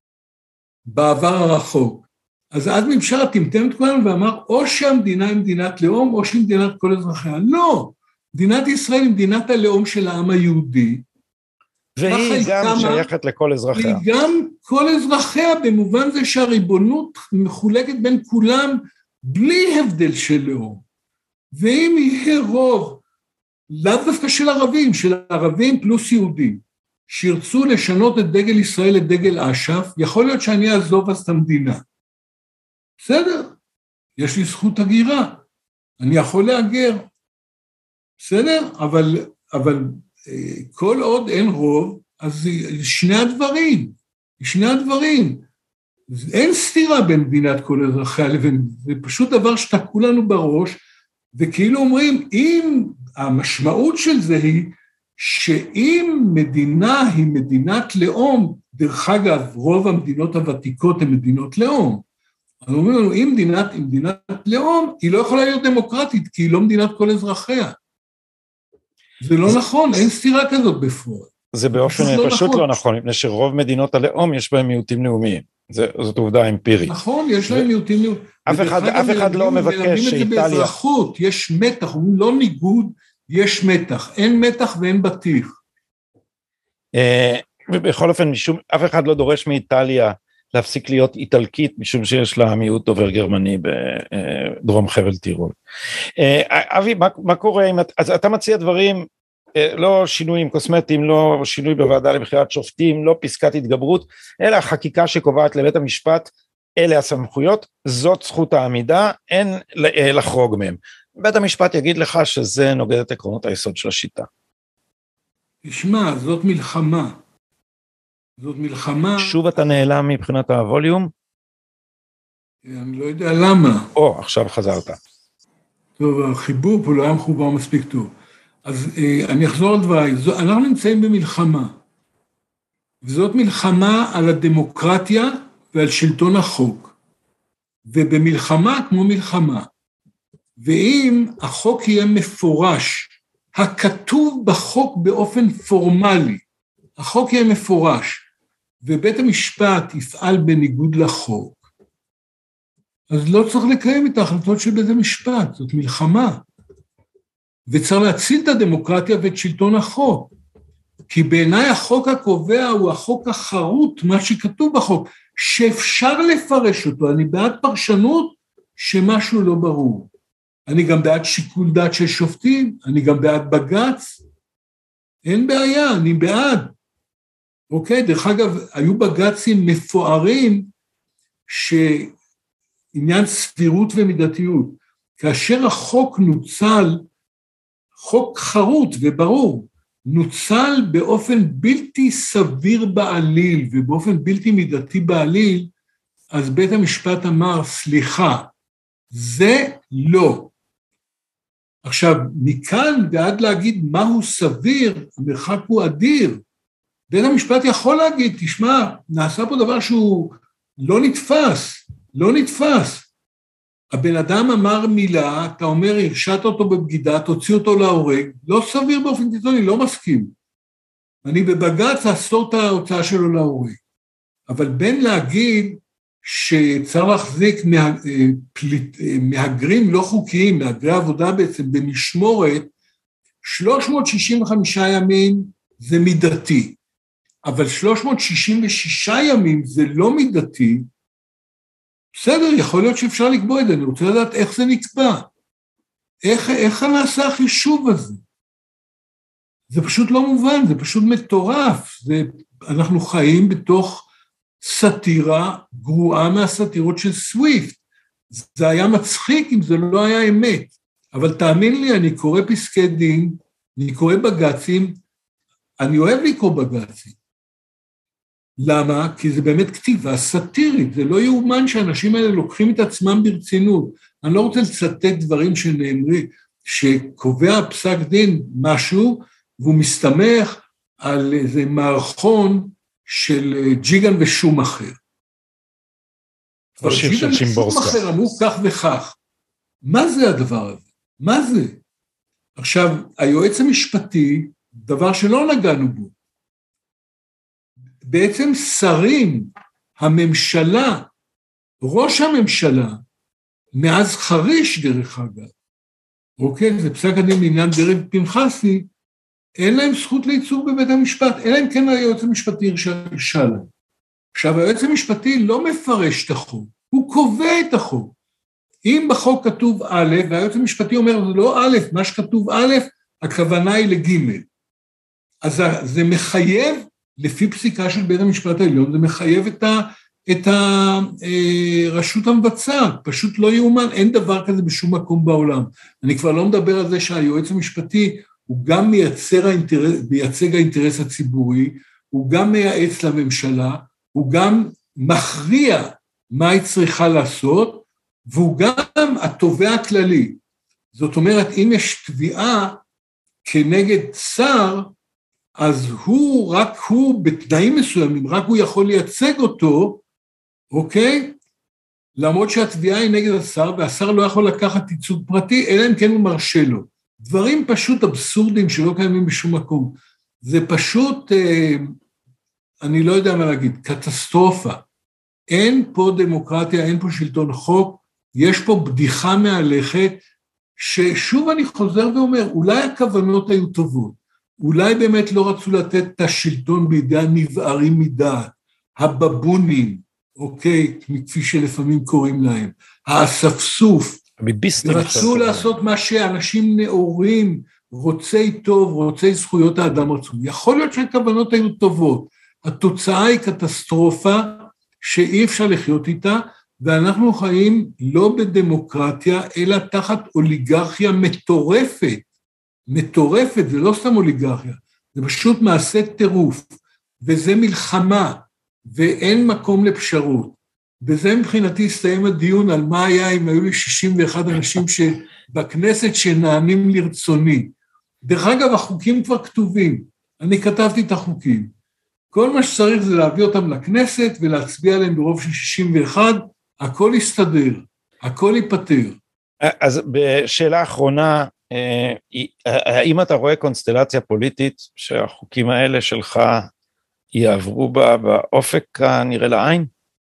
בעבר הרחוק. אז אז מבשארה טמטם את כולנו ואמר, או שהמדינה היא מדינת לאום, או שהיא מדינת כל אזרחיה. לא, מדינת ישראל היא מדינת הלאום של העם היהודי. והיא גם כמה, שייכת לכל אזרחיה. היא גם כל אזרחיה, במובן זה שהריבונות מחולקת בין כולם, בלי הבדל של לאום. ואם יהיה רוב, לאו דווקא של ערבים, של ערבים פלוס יהודים, שירצו לשנות את דגל ישראל לדגל אש"ף, יכול להיות שאני אעזוב אז את המדינה. בסדר, יש לי זכות הגירה, אני יכול להגר. בסדר, אבל, אבל כל עוד אין רוב, אז שני הדברים, שני הדברים, אין סתירה בין מדינת כל אזרחיה לבין, זה פשוט דבר שתקעו לנו בראש, וכאילו אומרים, אם המשמעות של זה היא, שאם מדינה היא מדינת לאום, דרך אגב, רוב המדינות הוותיקות הן מדינות לאום, אז אומרים לנו, אם מדינת, אם מדינת לאום, היא לא יכולה להיות דמוקרטית, כי היא לא מדינת כל אזרחיה. זה לא נכון, אין סתירה כזאת בפועל. זה באופן פשוט לא נכון, מפני שרוב מדינות הלאום יש בהם מיעוטים לאומיים, זאת עובדה אמפירית. נכון, יש להם מיעוטים לאומיים. אף אחד לא מבקש שאיטליה... מלמדים את זה באזרחות, יש מתח, לא ניגוד, יש מתח, אין מתח ואין בטיח. ובכל אופן, אף אחד לא דורש מאיטליה להפסיק להיות איטלקית, משום שיש לה מיעוט דובר גרמני בדרום חבל טירול. אבי, מה קורה, אז אתה מציע דברים, לא שינויים קוסמטיים, לא שינוי בוועדה לבחירת שופטים, לא פסקת התגברות, אלא החקיקה שקובעת לבית המשפט, אלה הסמכויות, זאת זכות העמידה, אין לחרוג מהם. בית המשפט יגיד לך שזה נוגד את עקרונות היסוד של השיטה. תשמע, זאת מלחמה. זאת מלחמה... שוב אתה נעלם מבחינת הווליום? אני לא יודע למה. או, עכשיו חזרת. טוב, החיבור פה לא היה מחובר מספיק טוב. אז אני אחזור על דבריי. אנחנו נמצאים במלחמה. וזאת מלחמה על הדמוקרטיה ועל שלטון החוק. ובמלחמה כמו מלחמה. ואם החוק יהיה מפורש, הכתוב בחוק באופן פורמלי, החוק יהיה מפורש, ובית המשפט יפעל בניגוד לחוק, אז לא צריך לקיים את ההחלטות של בית המשפט, זאת מלחמה. וצריך להציל את הדמוקרטיה ואת שלטון החוק, כי בעיניי החוק הקובע הוא החוק החרוט, מה שכתוב בחוק, שאפשר לפרש אותו, אני בעד פרשנות שמשהו לא ברור. אני גם בעד שיקול דעת של שופטים, אני גם בעד בג"ץ, אין בעיה, אני בעד. אוקיי, דרך אגב, היו בג"צים מפוארים שעניין סבירות ומידתיות, כאשר החוק נוצל, חוק חרוט וברור, נוצל באופן בלתי סביר בעליל ובאופן בלתי מידתי בעליל, אז בית המשפט אמר, סליחה, זה לא. עכשיו, מכאן ועד להגיד מהו סביר, המרחק הוא אדיר. בית המשפט יכול להגיד, תשמע, נעשה פה דבר שהוא לא נתפס, לא נתפס. הבן אדם אמר מילה, אתה אומר, הרשעת אותו בבגידה, תוציא אותו להורג, לא סביר באופן קיצוני, לא מסכים. אני בבג"ץ אסור את ההוצאה שלו להורג. אבל בין להגיד שצריך להחזיק מה, פליט, מהגרים לא חוקיים, מהגרי עבודה בעצם במשמורת, שלוש מאות שישים וחמישה ימים זה מידתי, אבל שלוש מאות שישים ושישה ימים זה לא מידתי, בסדר, יכול להיות שאפשר לקבוע את זה, אני רוצה לדעת איך זה נקבע, איך, איך נעשה החישוב הזה, זה פשוט לא מובן, זה פשוט מטורף, זה, אנחנו חיים בתוך סטירה גרועה מהסטירות של סוויפט, זה היה מצחיק אם זה לא היה אמת, אבל תאמין לי, אני קורא פסקי דין, אני קורא בג"צים, אני אוהב לקרוא בג"צים, למה? כי זה באמת כתיבה סטירית, זה לא יאומן שהאנשים האלה לוקחים את עצמם ברצינות, אני לא רוצה לצטט דברים שנאמרים, שקובע פסק דין משהו, והוא מסתמך על איזה מערכון של ג'יגן ושום אחר. או שיר של שימבורסקה. ג'יגן ושום אחר אמרו כך וכך, מה זה הדבר הזה? מה זה? עכשיו, היועץ המשפטי, דבר שלא נגענו בו, בעצם שרים, הממשלה, ראש הממשלה, מאז חריש דרך אגב, אוקיי, זה פסק הדין לעניין דרג פנחסי, אין להם זכות לייצוג בבית המשפט, אלא אם כן היועץ המשפטי הרשה להם. עכשיו, היועץ המשפטי לא מפרש את החוק, הוא קובע את החוק. אם בחוק כתוב א', והיועץ המשפטי אומר, זה לא א', מה שכתוב א', הכוונה היא לג'. אז זה מחייב, לפי פסיקה של בית המשפט העליון, זה מחייב את ה, את הרשות המבצעת, פשוט לא יאומן, אין דבר כזה בשום מקום בעולם. אני כבר לא מדבר על זה שהיועץ המשפטי, הוא גם מייצר האינטרס, מייצג האינטרס הציבורי, הוא גם מייעץ לממשלה, הוא גם מכריע מה היא צריכה לעשות, והוא גם התובע הכללי. זאת אומרת, אם יש תביעה כנגד שר, אז הוא, רק הוא, בתנאים מסוימים, רק הוא יכול לייצג אותו, אוקיי? למרות שהתביעה היא נגד השר, והשר לא יכול לקחת ייצוג פרטי, אלא אם כן הוא מרשה לו. דברים פשוט אבסורדים שלא קיימים בשום מקום. זה פשוט, אני לא יודע מה להגיד, קטסטרופה. אין פה דמוקרטיה, אין פה שלטון חוק, יש פה בדיחה מהלכת, ששוב אני חוזר ואומר, אולי הכוונות היו טובות, אולי באמת לא רצו לתת את השלטון בידי הנבערים מדעת, הבבונים, אוקיי, כפי שלפעמים קוראים להם, האספסוף, ורצו לעשות מה שאנשים נאורים, רוצי טוב, רוצי זכויות האדם רצו. יכול להיות שהכוונות היו טובות, התוצאה היא קטסטרופה שאי אפשר לחיות איתה, ואנחנו חיים לא בדמוקרטיה, אלא תחת אוליגרכיה מטורפת, מטורפת, זה לא סתם אוליגרכיה, זה פשוט מעשה טירוף, וזה מלחמה, ואין מקום לפשרות. בזה מבחינתי הסתיים הדיון על מה היה אם היו לי שישים ואחד אנשים שבכנסת שנענים לרצוני. דרך אגב, החוקים כבר כתובים, אני כתבתי את החוקים. כל מה שצריך זה להביא אותם לכנסת ולהצביע עליהם ברוב של שישים ואחת, הכל יסתדר, הכל ייפטר. אז בשאלה האחרונה, האם אתה רואה קונסטלציה פוליטית שהחוקים האלה שלך יעברו באופק הנראה לעין?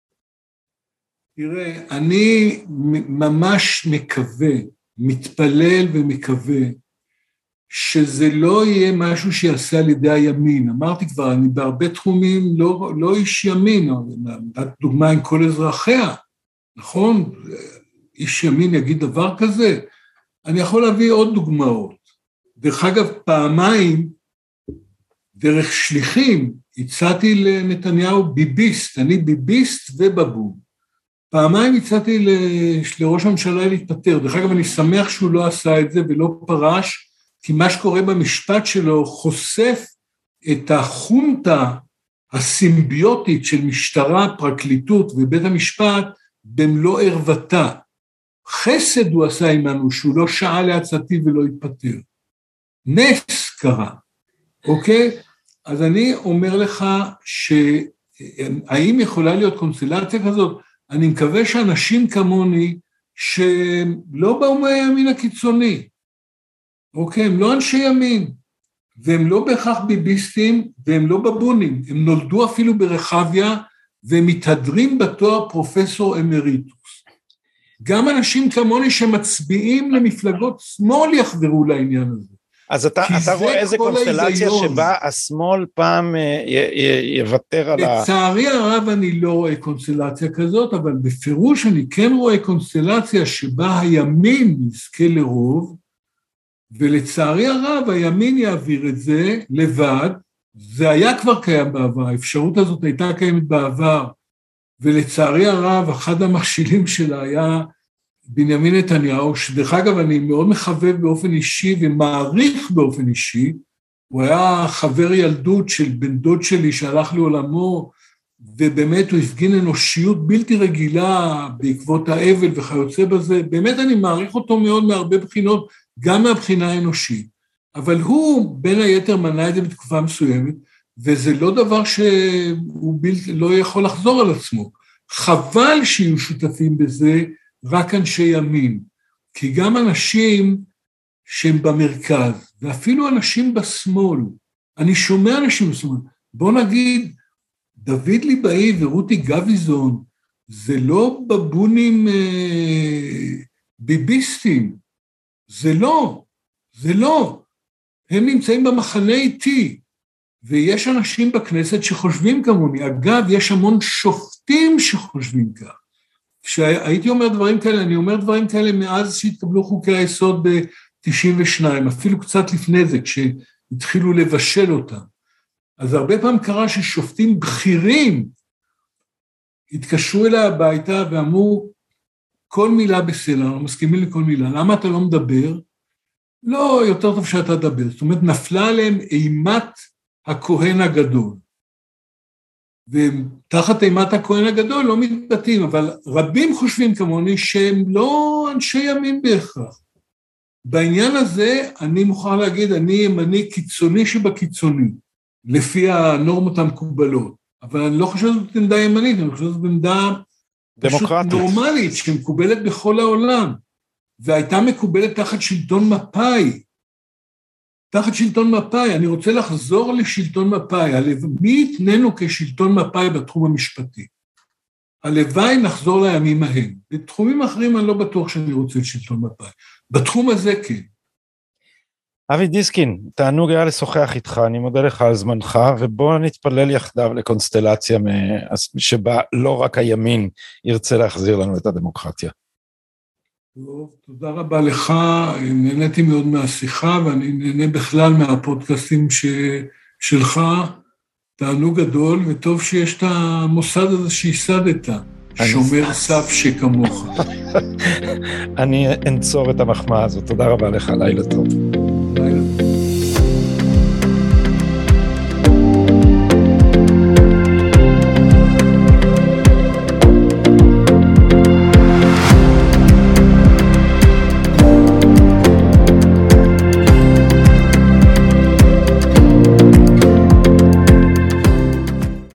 תראה, אני ממש מקווה, מתפלל ומקווה, שזה לא יהיה משהו שיעשה על ידי הימין. אמרתי כבר, אני בהרבה תחומים לא, לא איש ימין, דוגמה עם כל אזרחיה, נכון? איש ימין יגיד דבר כזה. אני יכול להביא עוד דוגמאות. דרך אגב, פעמיים, דרך שליחים, הצעתי לנתניהו ביביסט, אני ביביסט ובבון. פעמיים הצעתי לראש הממשלה להתפטר. דרך אגב, אני שמח שהוא לא עשה את זה ולא פרש, כי מה שקורה במשפט שלו חושף את החונטה הסימביוטית של משטרה, פרקליטות ובית המשפט במלוא ערוותה. חסד הוא עשה עמנו שהוא לא שעה להצעתי ולא התפטר. נס קרה, אוקיי? אז אני אומר לך שהאם יכולה להיות קונסטלציה כזאת? אני מקווה שאנשים כמוני שלא באו מהימין הקיצוני, אוקיי, הם לא אנשי ימין, והם לא בהכרח ביביסטים, והם לא בבונים, הם נולדו אפילו ברחביה, והם מתהדרים בתואר פרופסור אמריטוס. גם אנשים כמוני שמצביעים למפלגות שמאל יחברו לעניין הזה. אז אתה, אתה רואה איזה קונסטלציה שבה השמאל פעם יוותר על ה... לצערי הרב אני לא רואה קונסטלציה כזאת, אבל בפירוש אני כן רואה קונסטלציה שבה הימין יזכה לרוב, ולצערי הרב הימין יעביר את זה לבד, זה היה כבר קיים בעבר, האפשרות הזאת הייתה קיימת בעבר, ולצערי הרב אחד המכשילים שלה היה בנימין נתניהו, שדרך אגב אני מאוד מחבב באופן אישי ומעריך באופן אישי, הוא היה חבר ילדות של בן דוד שלי שהלך לעולמו, ובאמת הוא הפגין אנושיות בלתי רגילה בעקבות האבל וכיוצא בזה, באמת אני מעריך אותו מאוד מהרבה בחינות, גם מהבחינה האנושית, אבל הוא בין היתר מנע את זה בתקופה מסוימת, וזה לא דבר שהוא בלתי, לא יכול לחזור על עצמו. חבל שיהיו שותפים בזה רק אנשי ימין, כי גם אנשים שהם במרכז, ואפילו אנשים בשמאל, אני שומע אנשים בשמאל, בוא נגיד, דוד ליבאי ורותי גביזון, זה לא בבונים אה, ביביסטים, זה לא, זה לא, הם נמצאים במחנה איתי, ויש אנשים בכנסת שחושבים כמוני, אגב, יש המון שופטים שחושבים כך, כשהייתי אומר דברים כאלה, אני אומר דברים כאלה מאז שהתקבלו חוקי היסוד ב-תשעים ושתיים, אפילו קצת לפני זה, כשהתחילו לבשל אותם. אז הרבה פעמים קרה ששופטים בכירים התקשרו אליי הביתה ואמרו, כל מילה בסלע, לא מסכימים לכל מילה, למה אתה לא מדבר? לא, יותר טוב שאתה תדבר. זאת אומרת, נפלה עליהם אימת הכהן הגדול. ותחת אימת הכהן הגדול לא מתבטאים, אבל רבים חושבים כמוני שהם לא אנשי ימין בהכרח. בעניין הזה אני מוכרח להגיד, אני ימני קיצוני שבקיצוני, לפי הנורמות המקובלות, אבל אני לא חושב שזאת עמדה ימנית, אני חושב שזאת עמדה דמוקרטית. פשוט נורמלית, שמקובלת בכל העולם, והייתה מקובלת תחת שלטון מפא"י, תחת שלטון מפא"י, אני רוצה לחזור לשלטון מפא"י, מי יתננו כשלטון מפא"י בתחום המשפטי? הלוואי נחזור לימים ההם. בתחומים אחרים אני לא בטוח שאני רוצה לשלטון מפא"י. בתחום הזה כן. אבי דיסקין, תענוג היה לשוחח איתך, אני מודה לך על זמנך, ובוא נתפלל יחדיו לקונסטלציה שבה לא רק הימין ירצה להחזיר לנו את הדמוקרטיה. טוב, תודה רבה לך, נהניתי מאוד מהשיחה, ואני נהנה בכלל מהפודקאסטים ש... שלך, תענוג גדול, וטוב שיש את המוסד הזה שיסדת, שומר סף שכמוך. אני אנצור את המחמאה הזאת, תודה רבה לך, לילה טוב.